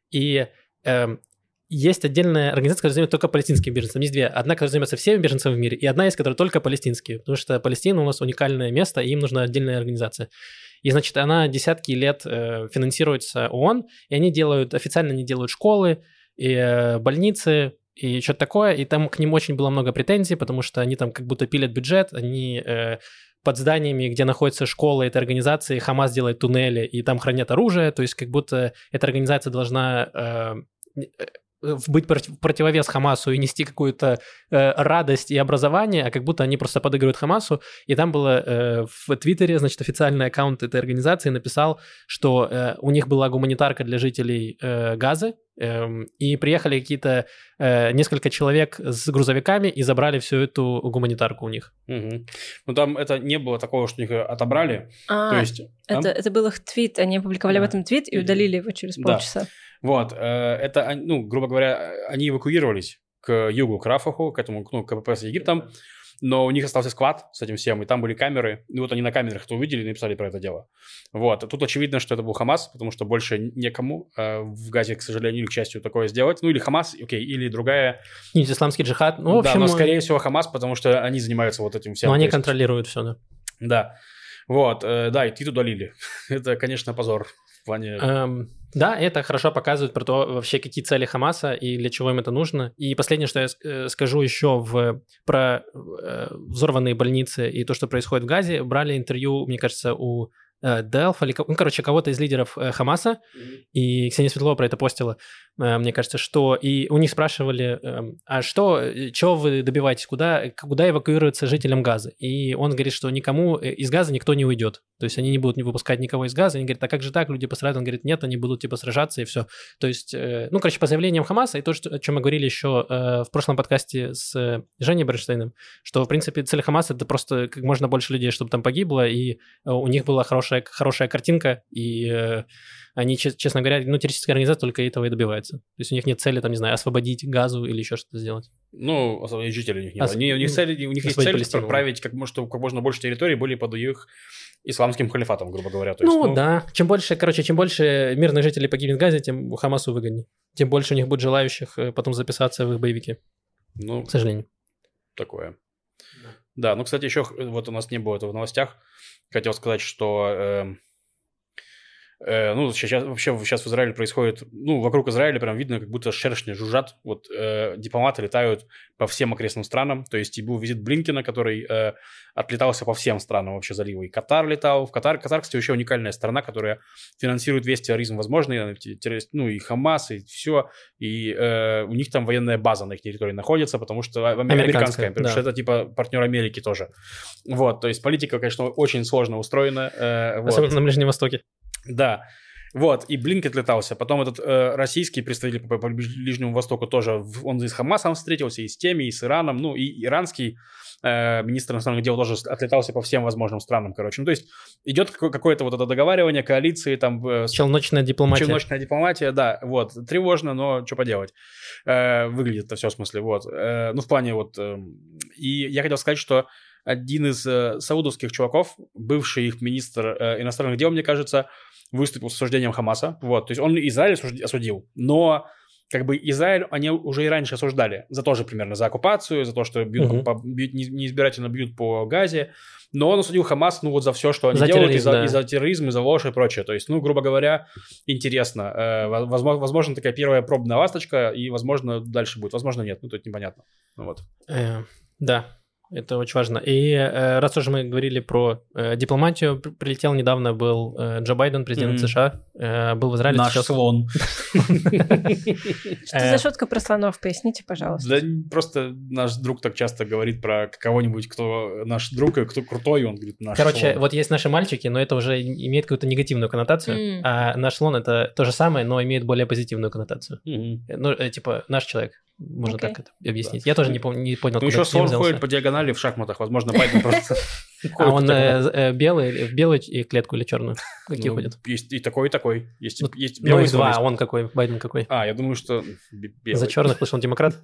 и э, есть отдельная организация, которая занимается только палестинскими беженцами. Есть две. Одна, которая занимается всеми беженцами в мире, и одна есть, которая только палестинские, потому что Палестина у нас уникальное место, и им нужна отдельная организация. И, значит, она десятки лет э, финансируется ООН, и они делают, официально они делают школы, и э, больницы, и что-то такое, и там к ним очень было много претензий, потому что они там как будто пилят бюджет, они э, под зданиями, где находится школа этой организации, Хамас делает туннели, и там хранят оружие, то есть как будто эта организация должна э, быть против, противовес Хамасу и нести какую-то э, радость и образование, а как будто они просто подыгрывают Хамасу. И там было э, в Твиттере, значит, официальный аккаунт этой организации написал, что э, у них была гуманитарка для жителей э, Газы, э, и приехали какие-то э, несколько человек с грузовиками и забрали всю эту гуманитарку у них. Угу. Ну, там это не было такого, что их отобрали. А, То есть, это, это был их твит, они опубликовали да. в этом твит и удалили его через полчаса. Да. Вот, это, ну, грубо говоря, они эвакуировались к югу, к Рафаху, к этому, ну, к КПП с Египтом, но у них остался сквад с этим всем, и там были камеры, и вот они на камерах это увидели и написали про это дело. Вот, тут очевидно, что это был Хамас, потому что больше некому э, в Газе, к сожалению, или к счастью, такое сделать, ну, или Хамас, окей, или другая... Или исламский джихад, ну, в общем... Да, но, скорее всего, Хамас, потому что они занимаются вот этим всем. Но они контролируют все, да. Да, вот, э, да, и твит удалили. Это, конечно, позор в плане... Um... Да, это хорошо показывает про то, вообще, какие цели Хамаса и для чего им это нужно. И последнее, что я скажу еще в, про э, взорванные больницы и то, что происходит в Газе, брали интервью, мне кажется, у э, Делф, или, ну, короче, кого-то из лидеров э, Хамаса, mm-hmm. и Ксения Светлова про это постила, э, мне кажется, что... И у них спрашивали, э, а что, чего вы добиваетесь, куда, куда эвакуируются жителям Газа? И он говорит, что никому из Газа никто не уйдет. То есть они не будут не выпускать никого из Газа. Они говорят, а как же так, люди пострадают? Он говорит, нет, они будут типа сражаться и все. То есть, э, ну, короче, по заявлениям Хамаса, и то, что, о чем мы говорили еще э, в прошлом подкасте с э, Женей Бернштейном, что, в принципе, цель Хамаса — это просто как можно больше людей, чтобы там погибло, и э, у них была хорошая, хорошая картинка, и э, они, честно говоря, ну, террористическая организация только этого и добивается. То есть у них нет цели, там, не знаю, освободить Газу или еще что-то сделать. Ну, освободить жителей у них нет. Ос... Они, у них, цель, у них есть цель Палестину. Править как, чтобы как можно больше территорий были под их исламским халифатом, грубо говоря. То есть, ну, ну да. Чем больше, короче, чем больше мирных жителей погибнет в Газе, тем Хамасу выгоднее. Тем больше у них будет желающих потом записаться в их боевики. Ну, к сожалению. Такое. Да. Да, ну, кстати, еще вот у нас не было этого в новостях. Хотел сказать, что... Э, Ну, сейчас, вообще сейчас в Израиле происходит, ну, вокруг Израиля прям видно, как будто шершни жужжат. Вот э, дипломаты летают по всем окрестным странам. То есть и был визит Блинкена, который э, отлетался по всем странам вообще залива. И Катар летал. В Катар, Катар, кстати, вообще уникальная страна, которая финансирует весь терроризм возможный. Ну, и Хамас, и все. И э, у них там военная база на их территории находится, потому что американская, американская потому да. что это типа партнер Америки тоже. Вот, то есть политика, конечно, очень сложно устроена. Э, Особенно вот. на Ближнем Востоке. Да, Вот, и Блинкен отлетался. Потом этот э, российский представитель по, по Ближнему Востоку тоже, он и с Хамасом встретился, и с теми, и с Ираном, ну, и иранский э, министр иностранных дел тоже отлетался по всем возможным странам, короче. Ну, то есть идет какое-то вот это договаривание, коалиции, там... Э, челночная дипломатия. Челночная дипломатия, да, вот. Тревожно, но что поделать. Э, выглядит это все в смысле, вот. Э, ну, в плане вот... Э, и я хотел сказать, что один из э, саудовских чуваков, бывший их министр э, иностранных дел, мне кажется, выступил с осуждением Хамаса. Вот, то есть он Израиль осудил, но как бы Израиль они уже и раньше осуждали за тоже примерно за оккупацию, за то, что бьют, угу. по, бьют неизбирательно бьют по Газе, но он осудил Хамас, ну вот за все, что они за делают, терроризм, и, за, да. и за терроризм, и за ложь и прочее. То есть, ну, грубо говоря, интересно. Э, возможно, возможно, такая первая пробная ласточка, и, возможно, дальше будет. Возможно, нет. Ну, тут непонятно. Ну, вот. Э, да. Это очень важно. И э, раз уже мы говорили про э, дипломатию, прилетел недавно был э, Джо Байден, президент mm-hmm. США, э, был в Израиле. Наш сейчас... слон. Что за шутка про слонов? Поясните, пожалуйста. Да просто наш друг так часто говорит про кого-нибудь, кто наш друг, и кто крутой, он говорит наш слон. Короче, вот есть наши мальчики, но это уже имеет какую-то негативную коннотацию, а наш слон это то же самое, но имеет более позитивную коннотацию. Ну, типа наш человек. Можно okay. так это объяснить. Я тоже не, пом- не понял, ну, куда еще слон ходит по диагонали в шахматах. Возможно, Байден просто... А он белый, в белую клетку или черную? Какие ходят? Есть и такой, и такой. Есть Ну, и два. А он какой? Байден какой? А, я думаю, что белый. За черных, потому что он демократ?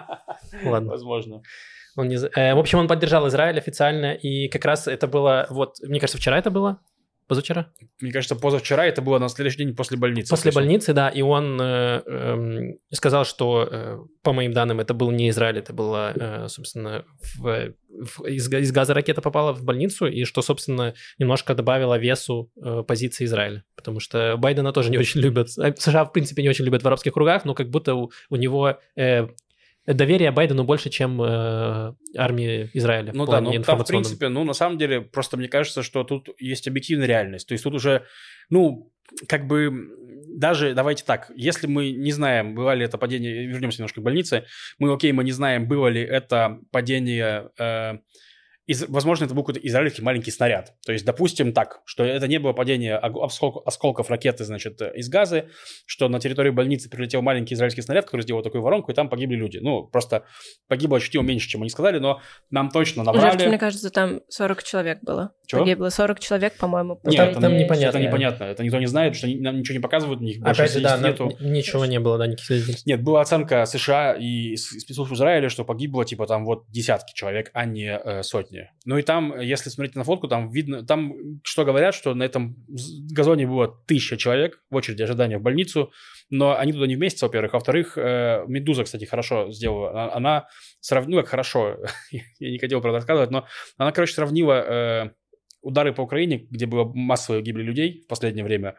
Ладно. Возможно. Он не... В общем, он поддержал Израиль официально. И как раз это было... Вот, мне кажется, вчера это было. Позавчера? Мне кажется, позавчера это было на следующий день после больницы. После больницы, да, и он э, э, сказал, что, э, по моим данным, это был не Израиль, это было, э, собственно, в, в, из, из газа ракета попала в больницу, и что, собственно, немножко добавило весу э, позиции Израиля, потому что Байдена тоже не очень любят, США, в принципе, не очень любят в арабских кругах, но как будто у, у него... Э, доверие Байдену больше, чем э, армии Израиля. Ну да, ну там, в принципе, ну на самом деле, просто мне кажется, что тут есть объективная реальность. То есть тут уже, ну, как бы, даже, давайте так, если мы не знаем, было ли это падение, вернемся немножко к больнице, мы, окей, мы не знаем, было ли это падение... Э, Из, возможно, это был какой-то израильский маленький снаряд. То есть, допустим, так, что это не было падение осколков, осколков ракеты, значит, из Газы, что на территорию больницы прилетел маленький израильский снаряд, который сделал такую воронку, и там погибли люди. Ну, просто погибло ощутимо меньше, чем они сказали, но нам точно набрали... Жертв, мне кажется, там сорок человек было. Чего? Погибло сорок человек, по-моему. Нет, там, там непонятно. Это непонятно. Это никто не знает, что нам ничего не показывают, у них больше Опять же, да, нету. Ничего не было, да, никаких свидетельств. Нет, была оценка США и спецслужб Израиля, что погибло, типа, там вот десятки человек, а не э, сотни. Ну и там, если смотреть на фотку, там видно, там что говорят, что на этом газоне было тысяча человек в очереди ожидания в больницу, но они туда не вместятся, во-первых. А во-вторых, э, Медуза, кстати, хорошо сделала. Она сравнила, как хорошо, я не хотел про это рассказывать, но она, короче, сравнила э, удары по Украине, где было массовые гибели людей в последнее время,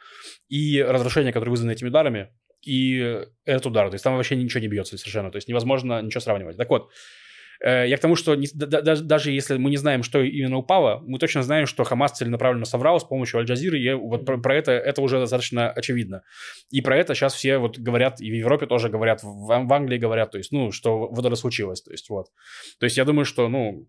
и разрушения, которые вызваны этими ударами, и этот удар. То есть там вообще ничего не бьется совершенно. То есть невозможно ничего сравнивать. Так вот, я к тому, что не, да, даже, даже если мы не знаем, что именно упало, мы точно знаем, что Хамас целенаправленно соврал с помощью Аль-Джазиры, и вот про, про это, это уже достаточно очевидно. И про это сейчас все вот говорят, и в Европе тоже говорят, в, в Англии говорят, то есть, ну, что вот это случилось, то есть, вот. То есть я думаю, что, ну,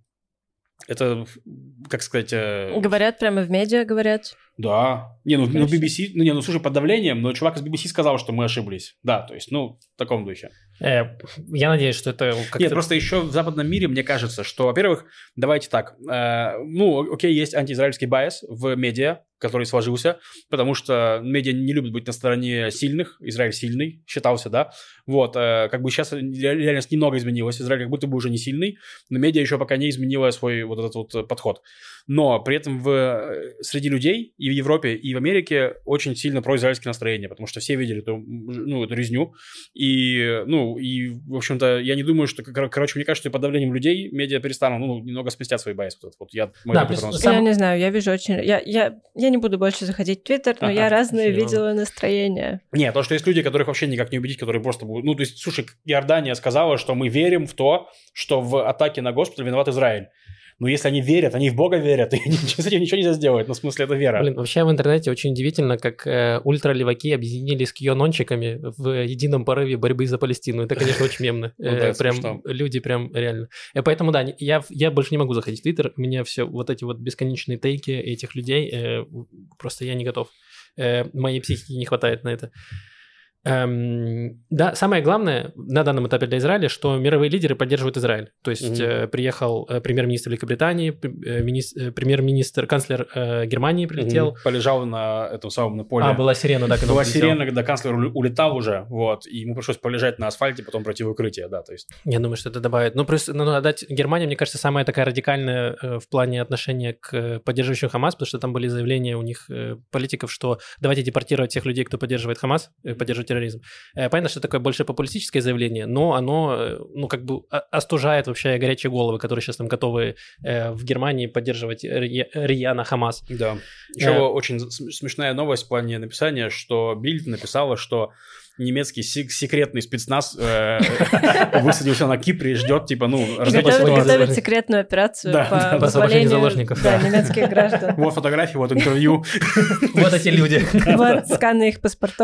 это, как сказать... Говорят прямо в медиа, говорят? Да. Не, ну, ну би би си, ну, не, ну, слушай, под давлением, но чувак из би би си сказал, что мы ошиблись. Да, то есть, ну, в таком духе. Э, я надеюсь, что это... Как-то... Нет, просто еще в западном мире, мне кажется, что, во-первых, давайте так, э, ну, окей, есть антиизраильский байс в медиа, который сложился, потому что медиа не любят быть на стороне сильных, Израиль сильный, считался, да, вот, э, как бы сейчас реальность немного изменилась, Израиль как будто бы уже не сильный, но медиа еще пока не изменила свой вот этот вот подход, но при этом в, среди людей и в Европе, и в Америке очень сильно произраильское настроение, потому что все видели эту, ну, эту резню, и, ну, и, в общем-то, я не думаю, что, короче, мне кажется, что под давлением людей медиа перестанут, ну, немного сместят свои байс, вот, вот я... Да, плюс, сам... Я не знаю, я вижу очень... Я, я, я не буду больше заходить в Твиттер, но ага, я разные спасибо. видела настроения. Нет, то, что есть люди, которых вообще никак не убедить, которые просто будут... Ну, то есть, слушай, Иордания сказала, что мы верим в то, что в атаке на госпиталь виноват Израиль. Но если они верят, они в Бога верят, и с этим ничего нельзя сделать. Ну, в смысле, это вера. Блин, вообще в интернете очень удивительно, как э, ультралеваки объединились с кьюанончиками в едином порыве борьбы за Палестину. Это, конечно, очень мемно. Прям люди прям реально. Поэтому, да, я я больше не могу заходить в Твиттер. У меня все вот эти вот бесконечные тейки этих людей, просто я не готов. э, моей психики не хватает на это. Эм, да, самое главное на данном этапе для Израиля, что мировые лидеры поддерживают Израиль. То есть mm-hmm. э, приехал э, премьер-министр Великобритании, э, министр, э, премьер-министр, канцлер э, Германии прилетел. Mm-hmm. Полежал на этом самом на поле. А, была сирена, да, когда Была сирена, когда канцлер улетал уже, вот, и ему пришлось полежать на асфальте, потом пройти в укрытие, да, то есть. Я думаю, что это добавит. Ну, просто надо отдать Германии, мне кажется, самая такая радикальная э, в плане отношения к поддерживающим Хамас, потому что там были заявления у них э, политиков, что давайте депортировать тех людей, кто поддерживает Хамас, э, поддерживает терроризм. Понятно, что такое больше популистическое заявление, но оно, ну, как бы остужает вообще горячие головы, которые сейчас там готовы э, в Германии поддерживать рьяно Хамас. Да. Еще э... очень смешная новость в плане написания, что Бильд написала, что немецкий секретный спецназ э, высадился на Кипре и ждет, типа, ну, развития ситуации. Готовит секретную операцию да, по да, вызволению заложников. Да, немецких граждан. Вот фотографии, вот интервью. Вот эти люди. Вот сканы их паспортов.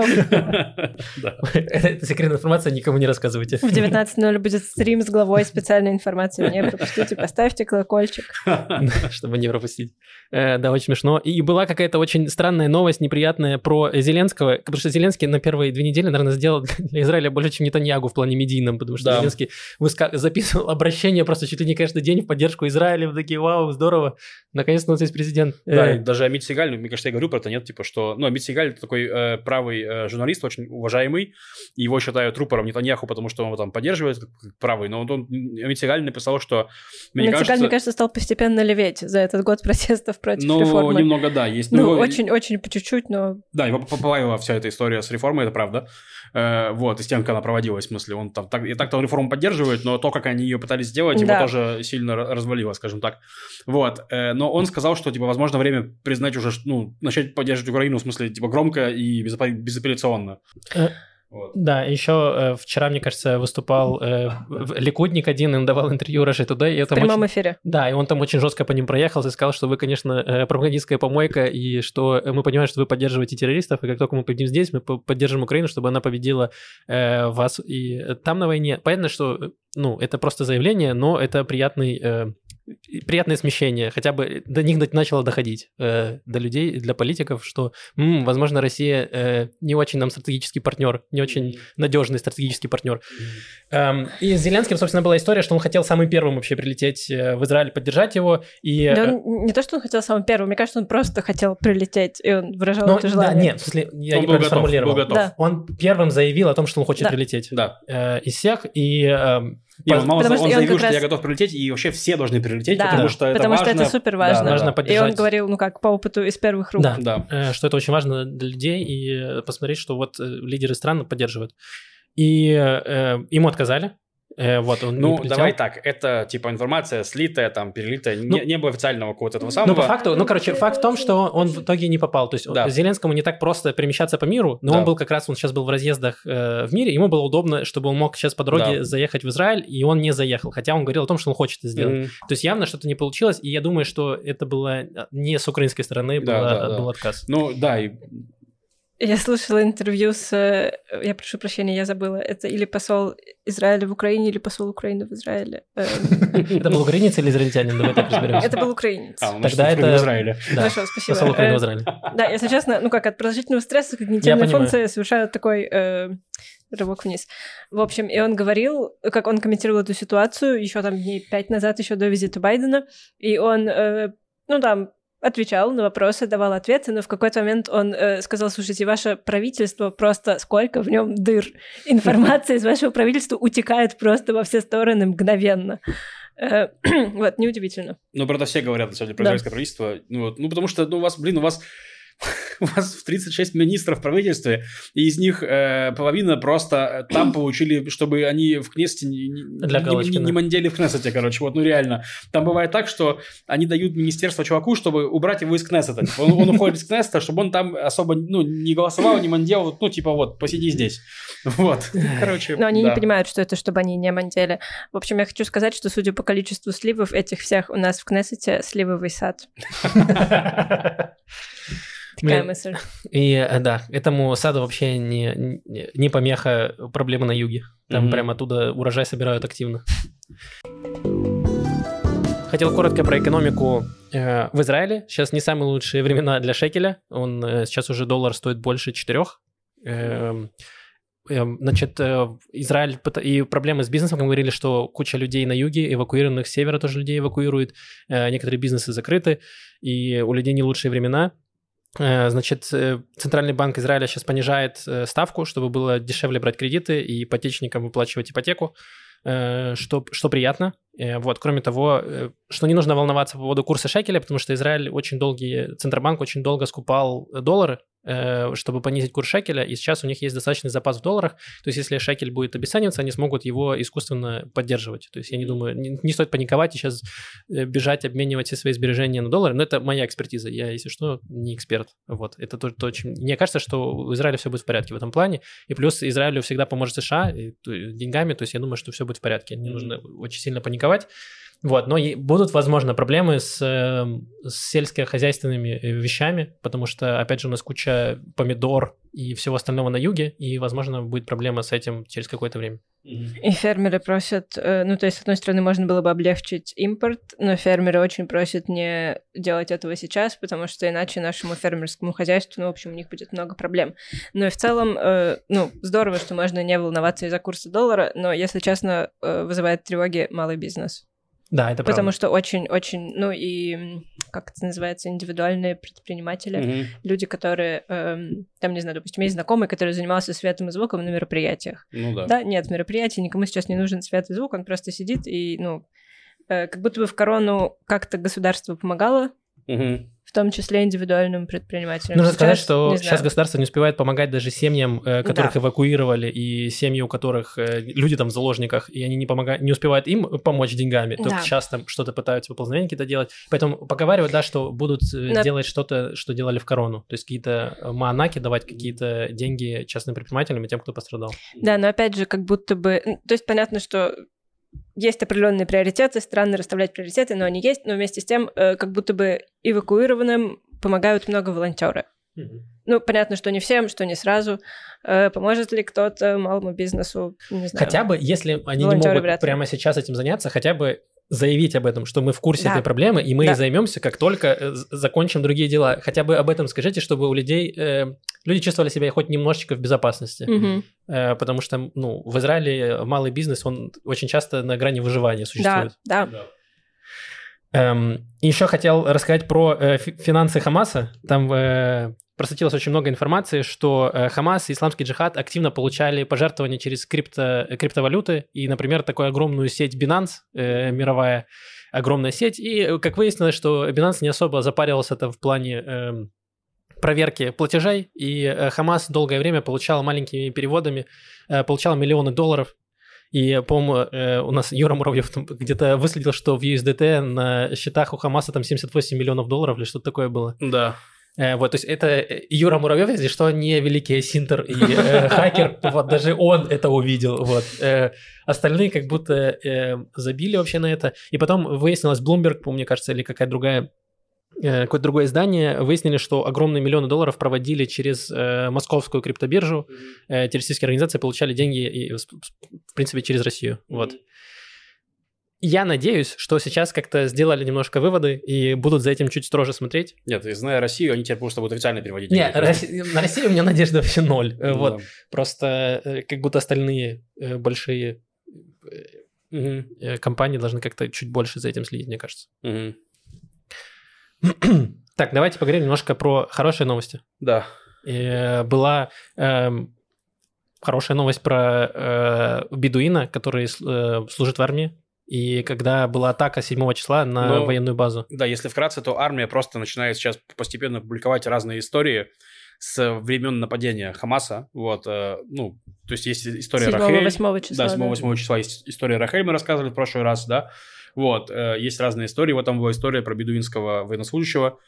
Это секретная информация, никому не рассказывайте. В девятнадцать ноль будет стрим с главой специальной информации. Не пропустите, поставьте колокольчик. Чтобы не пропустить. Да, очень смешно. И была какая-то очень странная новость, неприятная про Зеленского, потому что Зеленский на первые две недели, наверное, сделал для Израиля больше, чем Нетаньягу в плане медийном, потому что да. Зеленский выска... записывал обращение просто чуть ли не каждый день в поддержку Израиля. Вы такие, вау, здорово, наконец-то у нас есть президент. Да, и даже Амит Сигаль, мне кажется, я говорю про это, нет, типа, что, ну, Амит Сигаль это такой э, правый э, журналист, очень уважаемый, его считают рупором Нетаньяху, потому что он его там поддерживает, правый, но он, он Амит Сигаль написал, что... Мне Амит кажется... Сигаль, мне кажется, стал постепенно леветь за этот год протестов против ну, реформы. Ну, немного, да, есть. Ну, очень-очень по чуть-чуть, но... Да, его поплавила вся эта история с реформой, это правда. Э, вот, и с тем, как она проводилась, в смысле, он там так, и так-то реформу поддерживает, но то, как они ее пытались сделать, его да. тоже сильно развалило, скажем так. Вот, э, но он сказал, что, типа, возможно, время признать уже, ну, начать поддерживать Украину, в смысле, типа, громко и безапелляционно. Вот. Да, еще э, вчера, мне кажется, выступал э, ликудник один, и он давал интервью Russia Today. В прямом очень... эфире. Да, и он там очень жестко по ним проехался и сказал, что вы, конечно, э, пропагандистская помойка, и что мы понимаем, что вы поддерживаете террористов, и как только мы победим здесь, мы поддержим Украину, чтобы она победила э, вас и там на войне. Понятно, что, ну, это просто заявление, но это приятный... Э, приятное смещение, хотя бы до них начало доходить, э, до людей, для политиков, что, м, возможно, Россия э, не очень нам стратегический партнер, не очень mm-hmm. надежный стратегический партнер. Mm-hmm. Эм, и с Зеленским, собственно, была история, что он хотел самым первым вообще прилететь в Израиль, поддержать его. И... Да он, не то, что он хотел самым первым, мне кажется, он просто хотел прилететь, и он выражал Но, это желание. Да, нет, в смысле, я неправильно сформулировал. Да. Он первым заявил о том, что он хочет да. прилететь да. э, из всех, и... Э, И он, мало, он заявил, он что раз... я готов прилететь, и вообще все должны прилететь, да, потому что это потому важно. что это супер важно. Да, важно поддержать. И он говорил, ну как, по опыту из первых рук. Да, да. Э, что это очень важно для людей, и посмотреть, что вот лидеры стран поддерживают. И э, ему отказали. Э, вот он ну, давай так, это типа информация слитая, там, перелитая, ну, не, не было официального какого-то этого самого. Ну, по факту, ну, короче, факт в том, что он в итоге не попал. То есть да. Зеленскому не так просто перемещаться по миру, но да. он был как раз, он сейчас был в разъездах э, в мире, ему было удобно, чтобы он мог сейчас по дороге да. заехать в Израиль, и он не заехал, хотя он говорил о том, что он хочет это сделать. Mm-hmm. То есть явно что-то не получилось, и я думаю, что это было не с украинской стороны, да, было, да, да. был отказ. Ну, да, и... Я слушала интервью с... Я прошу прощения, я забыла. Это или посол Израиля в Украине, или посол Украины в Израиле. Это был украинец или израильтянин? Давай так разберемся. Это был украинец. А, Тогда это... в Израиле. Хорошо, спасибо. Посол Украины в Израиле. Да, если честно, ну как, от продолжительного стресса когнитивные функции совершают такой... рывок вниз. В общем, и он говорил, как он комментировал эту ситуацию еще там дней пять назад, еще до визита Байдена, и он, ну там, отвечал на вопросы, давал ответы, но в какой-то момент он э, сказал, слушайте, ваше правительство просто сколько в нем дыр. Информация из вашего правительства утекает просто во все стороны мгновенно. Э, вот, неудивительно. Ну, про это все говорят, на самом деле, про израильское правительство. Ну, вот, ну, потому что, ну, у вас, блин, у вас... У вас тридцать шесть министров в правительстве, и из них э, половина просто там получили, чтобы они в Кнессете не, не, не, не мандели в Кнессете, короче. Вот, ну реально. Там бывает так, что они дают министерство чуваку, чтобы убрать его из Кнессета. Он, он уходит из Кнессета, чтобы он там особо ну, не голосовал, не мандел. Ну, типа вот, посиди здесь. Вот. Короче, но они да. не понимают, что это, чтобы они не мандели. В общем, я хочу сказать, что, судя по количеству сливов этих всех, у нас в Кнессете сливовый сад. Такая мысль. И да, этому саду вообще не, не помеха проблемы на юге. Там mm-hmm. прямо оттуда урожай собирают активно. Хотел коротко про экономику э, в Израиле. Сейчас не самые лучшие времена для шекеля. Он э, сейчас уже доллар стоит больше четырех. Э, э, значит, э, Израиль и проблемы с бизнесом, как мы говорили, что куча людей на юге, эвакуированных с севера тоже людей эвакуируют. Э, некоторые бизнесы закрыты, и у людей не лучшие времена. Э, значит, э, Центральный банк Израиля сейчас понижает э, ставку, чтобы было дешевле брать кредиты и ипотечникам выплачивать ипотеку. Что, что приятно. Вот. Кроме того, что не нужно волноваться по поводу курса шекеля, потому что Израиль очень долгий, Центробанк очень долго скупал доллары, чтобы понизить курс шекеля, и сейчас у них есть достаточный запас в долларах. То есть если шекель будет обесцениваться, они смогут его искусственно поддерживать. То есть я не думаю, не, не стоит паниковать и сейчас бежать, обменивать все свои сбережения на доллары, но это моя экспертиза. Я, если что, не эксперт. Вот. Это то, то, чем... Мне кажется, что у Израиля все будет в порядке в этом плане, и плюс Израилю всегда поможет США деньгами, то есть я думаю, что все будет в порядке. Не нужно очень сильно паниковать. Вот, но будут, возможно, проблемы с, с сельскохозяйственными вещами, потому что, опять же, у нас куча помидор и всего остального на юге, и, возможно, будет проблема с этим через какое-то время. И фермеры просят, ну, то есть, с одной стороны, можно было бы облегчить импорт, но фермеры очень просят не делать этого сейчас, потому что иначе нашему фермерскому хозяйству, ну, в общем, у них будет много проблем. Но и в целом, ну, здорово, что можно не волноваться из-за курса доллара, но, если честно, вызывает тревоги малый бизнес. Да, это правда. Потому что очень-очень, ну и, как это называется, индивидуальные предприниматели, mm-hmm. люди, которые, эм, там, не знаю, допустим, есть знакомый, который занимался светом и звуком на мероприятиях. Ну да. Да, нет мероприятий, никому сейчас не нужен свет и звук, он просто сидит и, ну, э, как будто бы в корону как-то государство помогало, mm-hmm. в том числе индивидуальным предпринимателям. Нужно сейчас, сказать, что сейчас государство не успевает помогать даже семьям, которых да. эвакуировали, и семьи, у которых люди там в заложниках, и они не, помогают, не успевают им помочь деньгами, да. только сейчас там что-то пытаются выполнения какие-то делать. Поэтому поговаривают, да, что будут Но... делать что-то, что делали в корону. То есть какие-то маанаки, давать какие-то деньги частным предпринимателям и тем, кто пострадал. Да, но опять же, как будто бы... То есть понятно, что есть определенные приоритеты, странно расставлять приоритеты, но они есть, но вместе с тем, как будто бы эвакуированным помогают много волонтеры. Mm-hmm. Ну, понятно, что не всем, что не сразу. Поможет ли кто-то малому бизнесу, не знаю. Хотя бы, если они не могут прямо сейчас этим заняться, хотя бы заявить об этом, что мы в курсе да. этой проблемы, и мы да. ей займемся, как только закончим другие дела. Хотя бы об этом скажите, чтобы у людей... Э, люди чувствовали себя хоть немножечко в безопасности. Mm-hmm. Э, потому что, ну, в Израиле малый бизнес, он очень часто на грани выживания существует. Да, да. Эм, еще хотел рассказать про э, финансы Хамаса. Там... Э, просочилось очень много информации, что э, Хамас и Исламский джихад активно получали пожертвования через крипто, криптовалюты, и, например, такую огромную сеть Binance, э, мировая огромная сеть, и, как выяснилось, что Binance не особо запаривался это в плане э, проверки платежей, и э, Хамас долгое время получал маленькими переводами, э, получал миллионы долларов. И, по-моему, э, у нас Юра Муравьев где-то выследил, что в ю эс ди ти на счетах у Хамаса там семьдесят восемь миллионов долларов или что-то такое было. Да. Вот, то есть это Юра Муравьев, если что, не великий синтер и э, хакер, вот даже он это увидел, вот. Э, остальные как будто э, забили вообще на это. И потом выяснилось, Bloomberg, мне кажется, или какая-то другая, э, какое-то другое издание, выяснили, что огромные миллионы долларов проводили через э, московскую криптобиржу, э, террористические организации получали деньги, и, в принципе, через Россию, вот. Я надеюсь, что сейчас как-то сделали немножко выводы и будут за этим чуть строже смотреть. Нет, зная Россию, они теперь просто будут официально переводить. Нет, Росси... на Россию у меня надежда вообще ноль. Ну, вот. Да. Просто как будто остальные большие угу. компании должны как-то чуть больше за этим следить, мне кажется. Угу. Так, давайте поговорим немножко про хорошие новости. Да. И была... Эм... Хорошая новость про э, бедуина, который э, служит в армии. И когда была атака седьмого числа на Но, военную базу. Да, если вкратце, то армия просто начинает сейчас постепенно публиковать разные истории с времен нападения Хамаса. Вот, э, ну, то есть есть история Рахель. седьмого-восьмого числа. Да, седьмого-восьмого числа есть история Рахель, мы рассказывали в прошлый раз, да. Вот, э, есть разные истории. Вот там была история про бедуинского военнослужащего,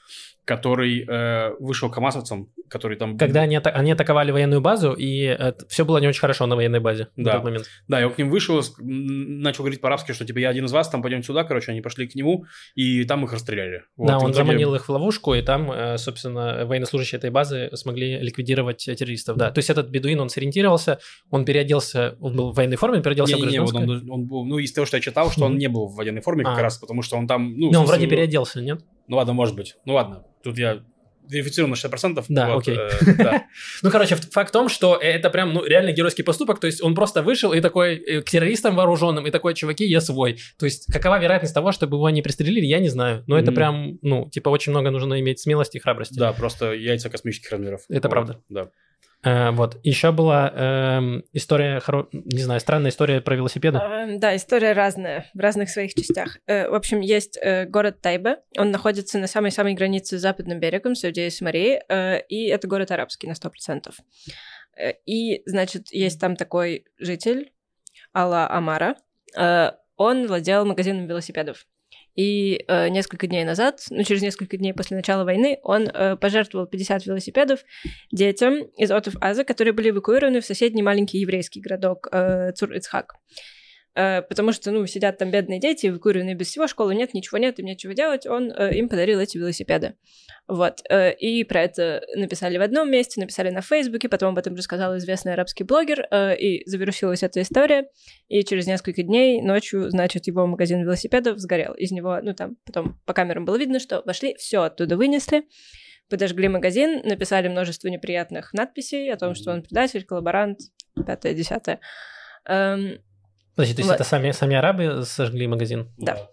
который э, вышел к хамасовцам, который там... Когда они, ата- они атаковали военную базу, и э, все было не очень хорошо на военной базе да. в тот момент. Да, и он к ним вышел, начал говорить по-арабски, что типа я один из вас, там пойдем сюда, короче, они пошли к нему, и там их расстреляли. Вот, да, он итоге... заманил их в ловушку, и там, э, собственно, военнослужащие этой базы смогли ликвидировать террористов, да. То есть этот бедуин, он сориентировался, он переоделся, он был в военной форме, переоделся не, в гражданскую. Не, не, он, он был, ну, из того, что я читал, что mm-hmm. он не был в военной форме как а. раз, потому что он там... Ну, Но он вроде переоделся, нет? Ну ладно, может быть. Ну ладно, тут я... верифицировано на шестьдесят процентов. Да, вот, окей. Э, да. Ну, короче, факт в том, что это прям ну, реально геройский поступок, то есть он просто вышел и такой к террористам вооруженным, и такой, чуваки, я свой. То есть какова вероятность того, чтобы его не пристрелили, я не знаю. Но mm-hmm. это прям, ну, типа очень много нужно иметь смелости и храбрости. Да, просто яйца космических размеров. Это вот, правда. Да. Uh, вот. Еще была uh, история, хоро... не знаю, странная история про велосипеды. Uh, да, история разная, в разных своих частях. Uh, в общем, есть uh, город Тайба, он находится на самой-самой границе с западным берегом, с Иудеей и Самарией, uh, и это город арабский на сто процентов. Uh, и, значит, есть там такой житель, Алла Амара, uh, он владел магазином велосипедов. И э, несколько дней назад, ну, через несколько дней после начала войны, он э, пожертвовал пятьдесят велосипедов детям из Отов-Аза, которые были эвакуированы в соседний маленький еврейский городок э, Цур-Ицхак. Э, потому что, ну, сидят там бедные дети, эвакуированные без всего, школы нет, ничего нет, им нечего делать, он э, им подарил эти велосипеды. Вот. Э, и про это написали в одном месте, написали на Фейсбуке, потом об этом рассказал известный арабский блогер, э, и завирусилась эта история, и через несколько дней ночью, значит, его магазин велосипедов сгорел. Из него, ну, там, потом по камерам было видно, что вошли, все оттуда вынесли, подожгли магазин, написали множество неприятных надписей о том, что он предатель, коллаборант, пятое-десятое. Эм, Подожди, то есть вот. Это сами, сами арабы сожгли магазин? Да.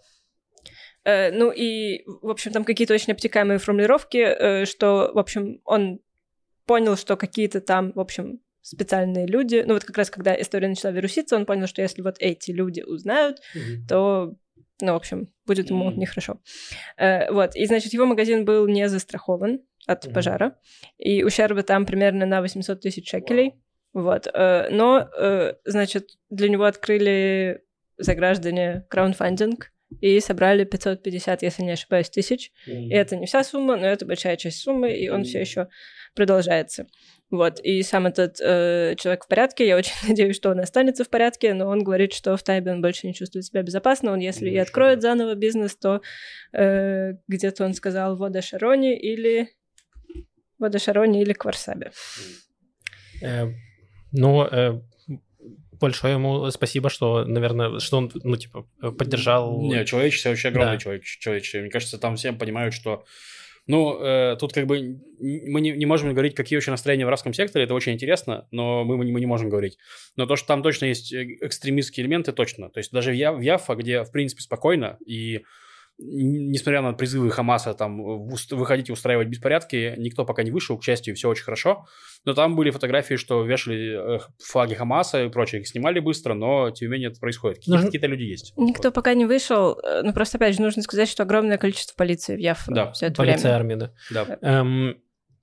Uh, ну и, в общем, там какие-то очень обтекаемые формулировки, uh, что, в общем, он понял, что какие-то там, в общем, специальные люди, ну вот как раз когда история начала вируситься, он понял, что если вот эти люди узнают, mm-hmm. то, ну, в общем, будет ему mm-hmm. нехорошо. Uh, вот, и, значит, его магазин был не застрахован от mm-hmm. пожара, и ущерба там примерно на восемьсот тысяч шекелей. Wow. Вот, но, значит, для него открыли сограждане краундфандинг и собрали пятьсот пятьдесят, если не ошибаюсь, тысяч. Mm-hmm. И это не вся сумма, но это большая часть суммы, и он mm-hmm. все еще продолжается. Вот, и сам этот э, человек в порядке, я очень надеюсь, что он останется в порядке, но он говорит, что в Тайбе он больше не чувствует себя безопасно, он если mm-hmm. и откроет заново бизнес, то э, где-то он сказал в Ода-Шароне или в Ода-Шароне или Кварсабе. Mm-hmm. Ну, э, большое ему спасибо, что, наверное, что он, ну, типа, поддержал... Не, человечество вообще огромное да. человечество. Мне кажется, там все понимают, что... Ну, э, тут как бы мы не, не можем говорить, какие вообще настроения в арабском секторе, это очень интересно, но мы, мы не можем говорить. Но то, что там точно есть экстремистские элементы, точно. То есть даже в, Я, в Яффа, где, в принципе, спокойно, и несмотря на призывы Хамаса там выходить и устраивать беспорядки, никто пока не вышел, к счастью, все очень хорошо. Но там были фотографии, что вешали флаги Хамаса и прочее, их снимали быстро, но тем не менее это происходит. Какие-то, Нужно... какие-то люди есть. Никто вот. пока не вышел, ну просто опять же нужно сказать, что огромное количество полиции в Яффе да. все это Полиция, время. армия, да. да. Эм...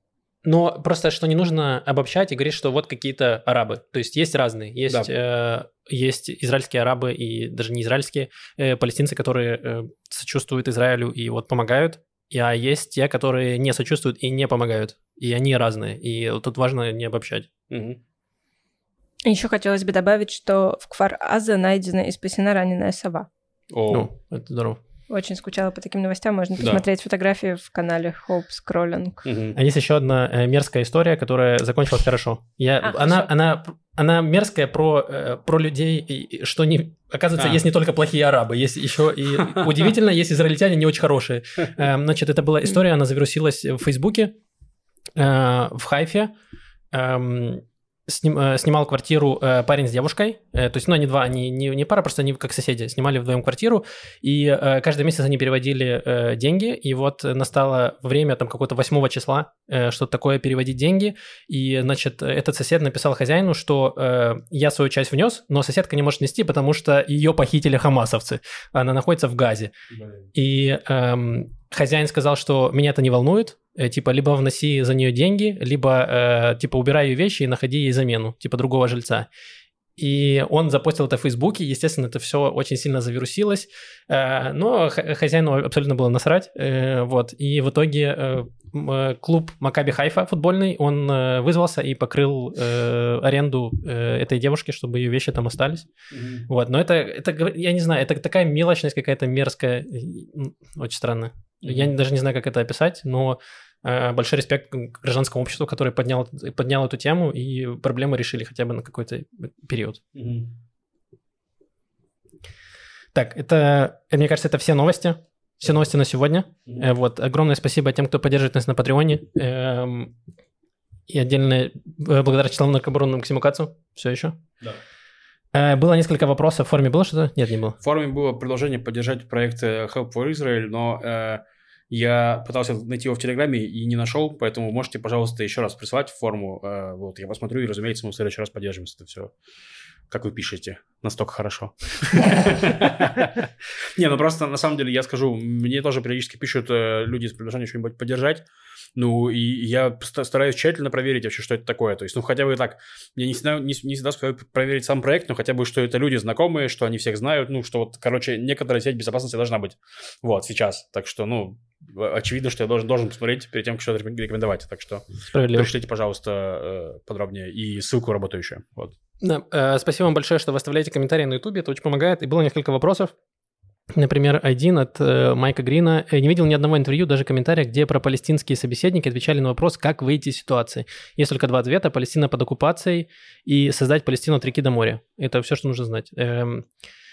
Но просто, что не нужно обобщать и говорить, что вот какие-то арабы. То есть есть разные. Есть, да. э, есть израильские арабы и даже не израильские, э, палестинцы, которые э, сочувствуют Израилю и вот помогают. А есть те, которые не сочувствуют и не помогают. И они разные. И тут важно не обобщать. Угу. Еще хотелось бы добавить, что в Кфар-Аза найдена и спасена раненая сова. О. Ну, это здорово. Очень скучала по таким новостям. Можно посмотреть да. фотографии в канале Hope Scrolling. Угу. А есть еще одна э, мерзкая история, которая закончилась хорошо. Я, а, она, она, она мерзкая про, э, про людей, и, что не, оказывается, а. есть не только плохие арабы, есть еще и удивительно, есть израильтяне не очень хорошие. Значит, это была история, она завирусилась в Фейсбуке, в Хайфе. Сним, э, снимал квартиру э, парень с девушкой, э, то есть, ну, они два, они не, не пара, просто они как соседи, снимали вдвоем квартиру, и э, каждый месяц они переводили э, деньги, и вот настало время там какого-то восьмого числа, э, что-то такое, переводить деньги, и, значит, этот сосед написал хозяину, что э, я свою часть внес, но соседка не может нести, потому что ее похитили хамасовцы, она находится в Газе, и... Э, хозяин сказал, что меня это не волнует, э, типа, либо вноси за нее деньги, либо, э, типа, убирай ее вещи и находи ей замену, типа, другого жильца. И он запостил это в Фейсбуке, естественно, это все очень сильно завирусилось, э, но хозяину абсолютно было насрать, э, вот, и в итоге э, клуб Макаби Хайфа футбольный, он вызвался и покрыл э, аренду э, этой девушки, чтобы ее вещи там остались. Mm-hmm. Вот, но это, это, я не знаю, это такая мелочность какая-то мерзкая, очень странно. Mm-hmm. Я даже не знаю, как это описать, но э, большой респект к гражданскому обществу, которое поднял, поднял эту тему, и проблемы решили хотя бы на какой-то период. Mm-hmm. Так, это, мне кажется, это все новости. Все новости на сегодня. Mm-hmm. Вот, огромное спасибо тем, кто поддерживает нас на Патреоне. Эм, и отдельно благодаря членам наркоборонному Максиму Кацу. Все еще. Да. Э, было несколько вопросов. В форме было что-то? Нет, не было. В форме было предложение поддержать проект Help for Israel, но э, я пытался найти его в Телеграме и не нашел, поэтому можете, пожалуйста, еще раз прислать форму. Э, вот, я посмотрю, и, разумеется, мы в следующий раз поддержим это все. Как вы пишете, настолько хорошо. Не, ну просто на самом деле я скажу, мне тоже периодически пишут люди с предложением что-нибудь поддержать, ну и я стараюсь тщательно проверить вообще, что это такое. То есть, ну хотя бы так, я не всегда, не, не всегда успеваю проверить сам проект, но хотя бы, что это люди знакомые, что они всех знают, ну что вот, короче, некоторая сеть безопасности должна быть. Вот, сейчас. Так что, ну, очевидно, что я должен, должен посмотреть перед тем, как что-то рекомендовать. Так что пришлите, пожалуйста, подробнее и ссылку работающую. Вот. Да, э, спасибо вам большое, что вы оставляете комментарии на Ютубе, это очень помогает. И было несколько вопросов. Например, один от э, Майка Грина. Не видел ни одного интервью, даже комментария, где про палестинские собеседники отвечали на вопрос, как выйти из ситуации. Есть только два ответа: Палестина под оккупацией и создать Палестину от реки до моря. Это все, что нужно знать. Эм...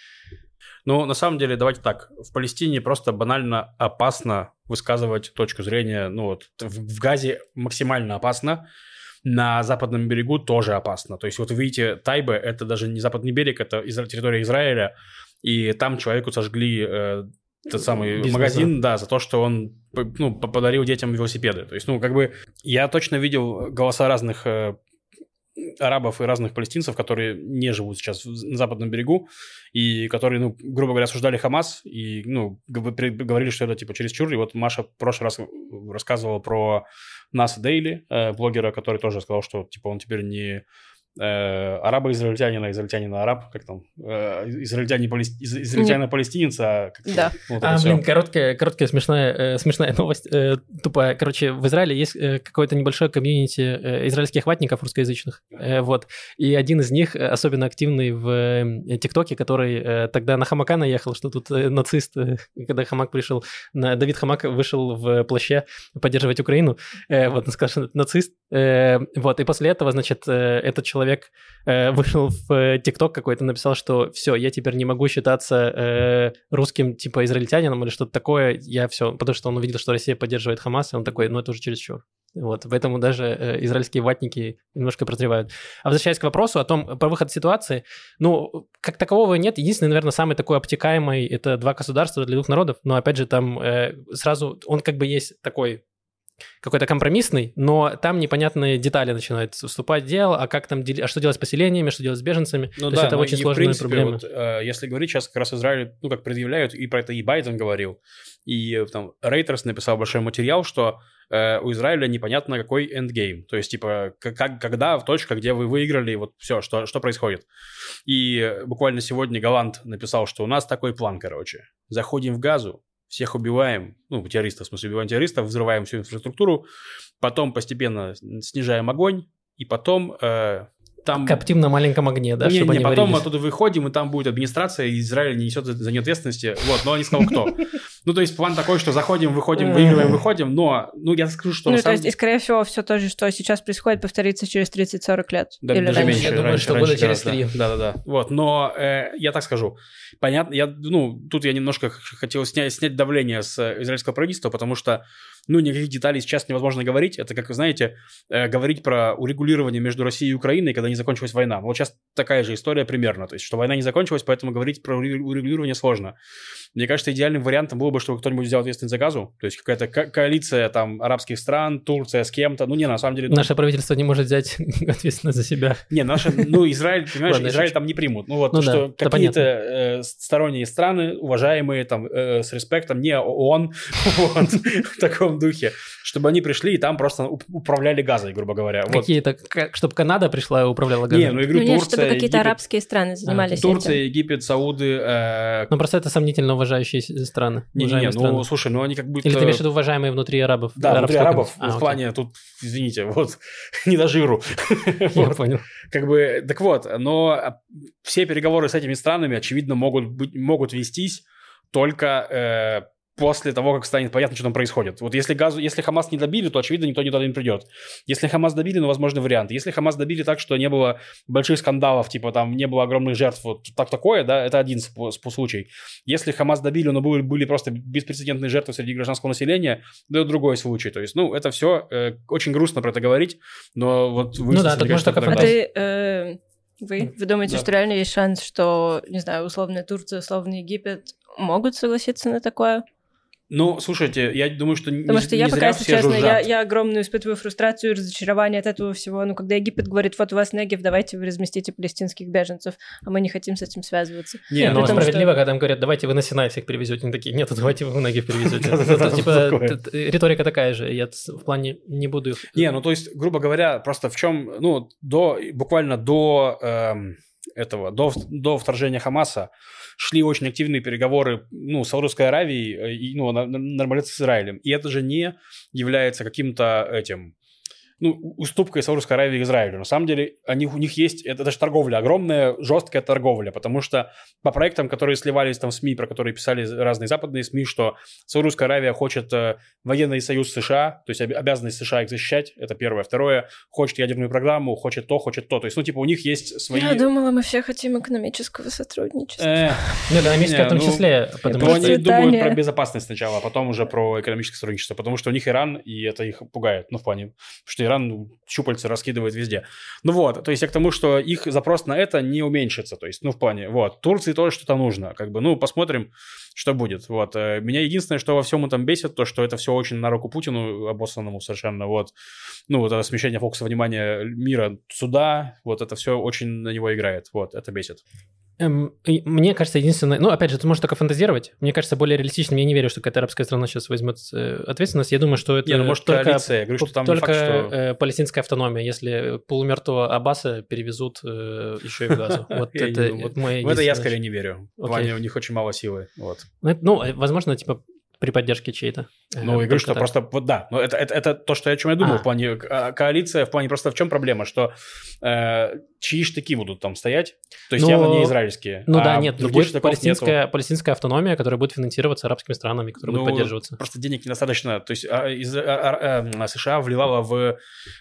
Ну, на самом деле, давайте так. В Палестине просто банально опасно высказывать точку зрения. Ну вот, в, в Газе максимально опасно. На западном берегу тоже опасно. То есть вот вы видите, Тайбе – это даже не западный берег, это из- территория Израиля, и там человеку сожгли э, тот самый Бизнес, магазин, да. да, за то, что он ну, подарил детям велосипеды. То есть, ну, как бы я точно видел голоса разных э, арабов и разных палестинцев, которые не живут сейчас на западном берегу, и которые, ну, грубо говоря, осуждали Хамас, и, ну, говорили, что это, типа, чересчур. И вот Маша в прошлый раз рассказывала про Наса Дейли, э, блогера, который тоже сказал, что, типа, он теперь не э, арабо-израильтянин, а израильтянин-араб, как там, э, израильтянин-палестинец, а... Как, да. Вот а, все. блин, короткая, короткая смешная, э, смешная новость, э, тупая. Короче, в Израиле есть э, какое-то небольшое комьюнити э, израильских ватников русскоязычных, э, вот, и один из них особенно активный в э, ТикТоке, который э, тогда на Хамака наехал, что тут э, нацист, э, когда Хамак пришел, на, Давид Хамак вышел в плаще поддерживать Украину, э, вот, он сказал, что это нацист, э, вот, и после этого, значит, э, этот человек э, вышел в ТикТок какой-то, написал, что все, я теперь не могу считаться э, русским, типа, израильтянином или что-то такое, я все, потому что он увидел, что Россия поддерживает Хамас, и он такой, ну, это уже чересчур. Вот, поэтому даже э, израильские ватники немножко прозревают. А возвращаясь к вопросу о том, про выход из ситуации, ну, как такового нет. Единственный, наверное, самый такой обтекаемый, это два государства для двух народов, но, опять же, там э, сразу, он как бы есть такой какой-то компромиссный, но там непонятные детали начинают вступать в дело, а как там, дел... а что делать с поселениями, что делать с беженцами, ну, то да, есть это очень и, сложная в принципе, проблема. Вот, э, если говорить, сейчас как раз Израиль, ну, как предъявляют, и про это и Байден говорил, и там Reuters написал большой материал, что э, у Израиля непонятно какой эндгейм, то есть, типа, как, когда в точка, где вы выиграли, вот все, что, что происходит. И буквально сегодня Галант написал, что у нас такой план, короче, заходим в Газу, всех убиваем, ну, террористов, в смысле, убиваем террористов, взрываем всю инфраструктуру, потом постепенно снижаем огонь, и потом э, там... Коптим на маленьком огне, да, не, чтобы не, они потом варились. оттуда выходим, и там будет администрация, и Израиль не несет за нее ответственности, вот, но не сказал кто. Ну, то есть план такой, что заходим, выходим, выигрываем, выходим, но, ну, я скажу, что... Ну, то есть, и, скорее всего, все то же, что сейчас происходит, повторится через тридцать-сорок лет. Да, или даже раньше. меньше. Я думаю, раньше, что раньше, года через гораздо. три. Да-да-да. Вот, но э, я так скажу. Понятно, я, ну, тут я немножко хотел снять, снять давление с израильского правительства, потому что, ну, никаких деталей сейчас невозможно говорить. Это, как вы знаете, э, говорить про урегулирование между Россией и Украиной, когда не закончилась война. Вот сейчас такая же история примерно. То есть, что война не закончилась, поэтому говорить про урегулирование сложно. Мне кажется, идеальным вариантом было бы, чтобы кто-нибудь взял ответственность за Газу. То есть, какая-то ко- коалиция там арабских стран, Турция с кем-то. Ну, не, на самом деле... Ну, наше правительство не может взять ответственность за себя. Не, наше, ну, Израиль, понимаешь, Ладно, Израиль шучу. там не примут. Ну, вот, Ну, что да, какие-то э, сторонние страны, уважаемые, там, э, с респектом, не ООН, вот, в таком духе, чтобы они пришли и там просто уп- управляли Газой, грубо говоря. Вот. Какие-то, чтобы Канада пришла и управляла Газой. Не, ну, я говорю, Ну, нет, Турция, чтобы какие-то Египет, арабские страны занимались Турция, этим. Египет, Сауды. э, Ну, просто это сомнительно уважающие страны. уважаемые Не-не-не, страны? ну, слушай, ну они как будто... Или ты имеешь в виду уважаемые внутри арабов? Да, внутри арабов, а, в окей. плане тут, извините, вот, не до жиру. Я понял. Как бы, так вот, но все переговоры с этими странами, очевидно, могут, быть, могут вестись только э, после того, как станет понятно, что там происходит. Вот если, газу, если Хамас не добили, то, очевидно, никто никуда не придет. Если Хамас добили, ну, возможно, варианты. Если Хамас добили так, что не было больших скандалов, типа там не было огромных жертв, вот так такое, да, это один сп- сп- случай. Если Хамас добили, но были, были просто беспрецедентные жертвы среди гражданского населения, да, это другой случай. То есть, ну, это все э, очень грустно про это говорить, но вот... Ну да, тут может только А ты... Э, вы, вы думаете, Да. что реально есть шанс, что, не знаю, условная Турция, условный Египет могут согласиться на такое? Ну, слушайте, я думаю, что Потому не, что я не пока, зря если все честно, я, жужжат. я огромную испытываю фрустрацию и разочарование от этого всего. Ну, когда Египет говорит, вот у вас Негев, давайте вы разместите палестинских беженцев, а мы не хотим с этим связываться. Не, Не, ну потому справедливо, что- когда им говорят, давайте вы на Синай всех перевезете, они такие, нет, давайте вы в Негев перевезете. Да-да-да, Это, типа, такое. т- т- риторика такая же, я ц- в плане не буду их... Не, ну то есть, грубо говоря, просто в чем, ну, до, буквально до эм, этого, до, до вторжения Хамаса шли очень активные переговоры, ну, с Саудовской Аравией э, и, ну, на- на- нормализации с Израилем. И это же не является каким-то этим, ну, уступкой Саудовской Аравии Израилю. На самом деле, они, у них есть, это даже торговля, огромная, жесткая торговля, потому что по проектам, которые сливались там в СМИ, про которые писали разные западные СМИ, что Саудовская Аравия хочет э, военный союз США, то есть об- обязанность США их защищать, это первое. Второе, хочет ядерную программу, хочет то, хочет то. То есть, ну, типа, у них есть свои... Я думала, мы все хотим экономического сотрудничества. Э, Ну, экономическое Не, в том ну, числе, потому но что... они думают Процветание. про безопасность сначала, а потом уже про экономическое сотрудничество, потому что у них Иран, и это их пугает, ну, в плане, что Иран ну, щупальца раскидывает везде. Ну вот, то есть я к тому, что их запрос на это не уменьшится, то есть, ну, в плане, вот, Турции тоже что-то нужно, как бы, ну, посмотрим, что будет, вот. Э, Меня единственное, что во всем этом бесит, то, что это все очень на руку Путину, обоссанному совершенно, вот, ну, вот это смещение фокуса внимания мира сюда, вот это все очень на него играет, вот, это бесит. Эм, и мне кажется, единственное... Ну, опять же, ты можешь только фантазировать. Мне кажется, более реалистичным. Я не верю, что какая-то арабская страна сейчас возьмет э, ответственность. Я думаю, что это Не, ну, может, только, коалиция, я говорю, что там не только факт, что... э, палестинская автономия, если полумертвого Аббаса перевезут э, еще и в Газу. Вот Я не это думаю. мое В это я единственное- скорее не верю. В Окей. плане у них очень мало силы. Вот. Ну, это- Ну, э, возможно, типа при поддержке чьей-то. Э, Ну, я говорю, только что так. просто, вот да, но это, это, это то, что я, о чем я думаю, А. в плане ко- коалиция, в плане просто в чем проблема, что э, чьи штыки будут там стоять, то есть Ну, явно не израильские. Ну а да, нет, но других будет штыков палестинская, палестинская автономия, которая будет финансироваться арабскими странами, которые Ну, будут поддерживаться. Просто денег недостаточно, то есть а, из, а, а, а, США вливала в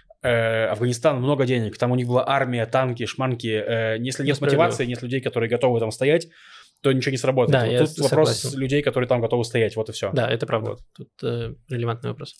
э, Афганистан много денег, там у них была армия, танки, шманки, э, если нет Справедливо. мотивации, нет людей, которые готовы там стоять, то ничего не сработает. Да, Вот я тут вопрос согласен. людей, которые там готовы стоять, вот и все. Да, это правда. Вот. Тут э, релевантный вопрос.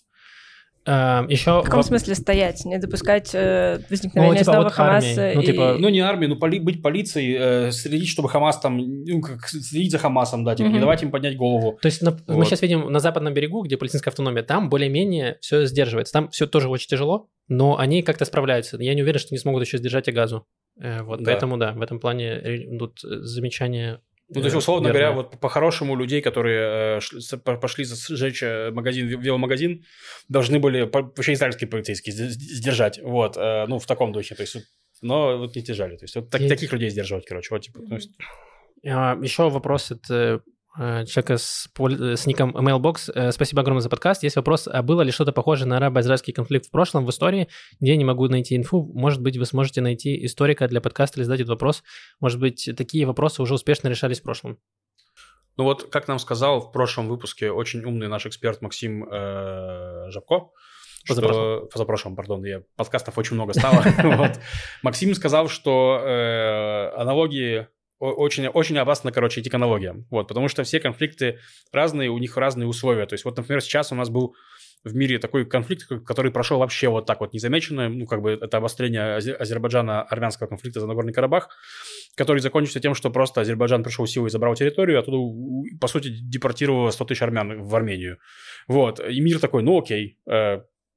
Э, еще В каком смысле стоять? Не допускать э, возникновения Ну, типа, снова вот Хамаса? армии. Ну, и- типа, Ну, не армии, ну, поли- быть полицией, э, следить, чтобы Хамас там, ну, как следить за Хамасом, да, типа, не Мгм. давать им поднять голову. То есть на- мы Вот. сейчас видим на западном берегу, где палестинская автономия, там более-менее все сдерживается. Там все тоже очень тяжело, но они как-то справляются. Я не уверен, что они смогут еще сдержать и Газу. Э, Вот, Да. поэтому да, в этом плане ре- тут э, замечание. Ну, то есть, э, условно верное. говоря, вот по-хорошему людей, которые э, шли- с- по- пошли сжечь э, магазин, ве- веломагазин, должны были по- вообще израильские полицейские сд- сдержать, вот, э, ну, в таком духе, то есть, но вот не сдержали, то есть, вот так- Я- таких людей сдерживать, короче, вот, типа, то есть, А, Еще вопрос от э, э, человека с, пол- с ником Mailbox. Э, Спасибо огромное за подкаст. Есть вопрос, а было ли что-то похожее на арабо-израильский конфликт в прошлом, в истории, где я не могу найти инфу? Может быть, вы сможете найти историка для подкаста или задать этот вопрос? Может быть, такие вопросы уже успешно решались в прошлом? ну, вот, как нам сказал в прошлом выпуске очень умный наш эксперт Максим э, Жабко, Позапрошлом. что... Позапрошлом, пардон, я... подкастов очень много стало, вот. Максим сказал, что э, аналогии о- очень, очень опасно, короче, идти к аналогиям. Вот, потому что все конфликты разные, у них разные условия. То есть, вот, например, сейчас у нас был в мире такой конфликт, который прошел вообще вот так вот незамеченно. Ну, как бы это обострение Азе- Азербайджана-армянского конфликта за Нагорный Карабах, который закончился тем, что просто Азербайджан пришел силой и забрал территорию, оттуда, у- по сути, депортировал сто тысяч армян в Армению. Вот. И мир такой, ну окей, э,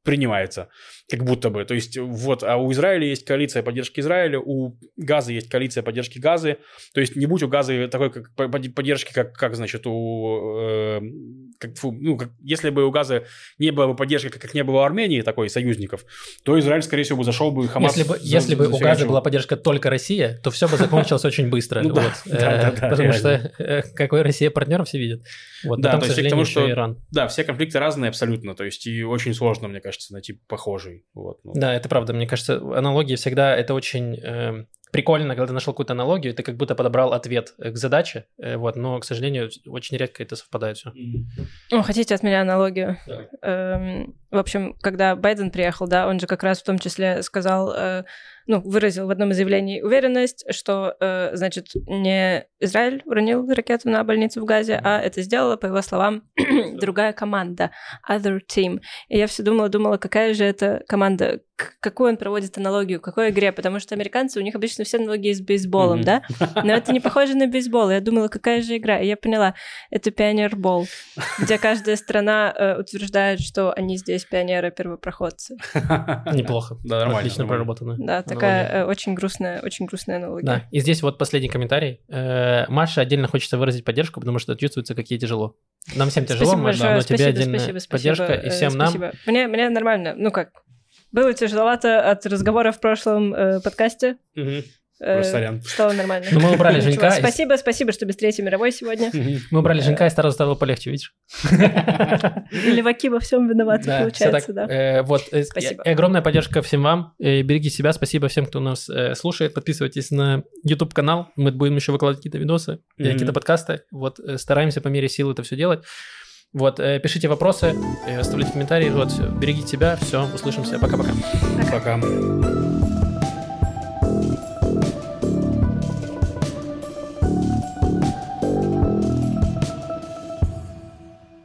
принимается, как будто бы. То есть, вот, а у Израиля есть коалиция поддержки Израиля, у Газы есть коалиция поддержки Газы. То есть, не будь у Газы такой как, поддержки, как, как значит, у... Э, как, фу, ну, как, если бы у Газы не было бы поддержки, как, как не было у Армении, такой, союзников, то Израиль, скорее всего, бы зашел бы Хамас... Если бы, за, если бы у Газы была поддержка только Россия, то все бы закончилось очень быстро. Потому что какой Россия партнеров все видят. Да, то есть, к тому, что... Иран. Да, все конфликты разные абсолютно. То есть, и очень сложно, мне кажется, найти похожий. Вот, ну. Да, это правда. Мне кажется, аналогии всегда это очень э, прикольно, когда ты нашел какую-то аналогию, ты как будто подобрал ответ к задаче, э, вот, но, к сожалению, очень редко это совпадает все. Ну, хотите от меня аналогию? Эм, в общем, когда Байден приехал, да, он же как раз в том числе сказал, э, ну, выразил в одном из заявлений уверенность, что, э, значит, не Израиль уронил ракету на больницу в Газе, а это сделала, по его словам, другая команда, other team. И я все думала, думала, какая же это команда, к какую он проводит аналогию, к какой игре, потому что американцы, у них обычно все аналогии с бейсболом, mm-hmm. да? Но это не похоже на бейсбол. Я думала, какая же игра? И я поняла, это пионербол, где каждая страна э, утверждает, что они здесь пионеры-первопроходцы. Неплохо. Да, нормально. Отлично проработано. Да, такая э, очень грустная, очень грустная аналогия. Да, и здесь вот последний комментарий. Э, Маше отдельно хочется выразить поддержку, потому что чувствуется, как ей тяжело. Нам всем тяжело, спасибо Маша, большое, но спасибо, тебе отдельная спасибо, спасибо, поддержка, и всем спасибо. нам. Мне, мне нормально, ну как, было тяжеловато от разговора в прошлом э, подкасте. Угу. Э, сорян. Стало нормально. Но мы убрали Женька. Спасибо, спасибо, что без Третьей мировой сегодня. Мы убрали Женька, и сразу стало полегче, видишь? Леваки во всем виноваты, получается, да. Вот, огромная поддержка всем вам. Берегите себя, спасибо всем, кто нас слушает. Подписывайтесь на YouTube-канал, мы будем еще выкладывать какие-то видосы, какие-то подкасты. Вот, стараемся по мере сил это все делать. Вот, пишите вопросы, оставляйте комментарии. Вот, берегите себя, все, услышимся. Пока-пока. Пока.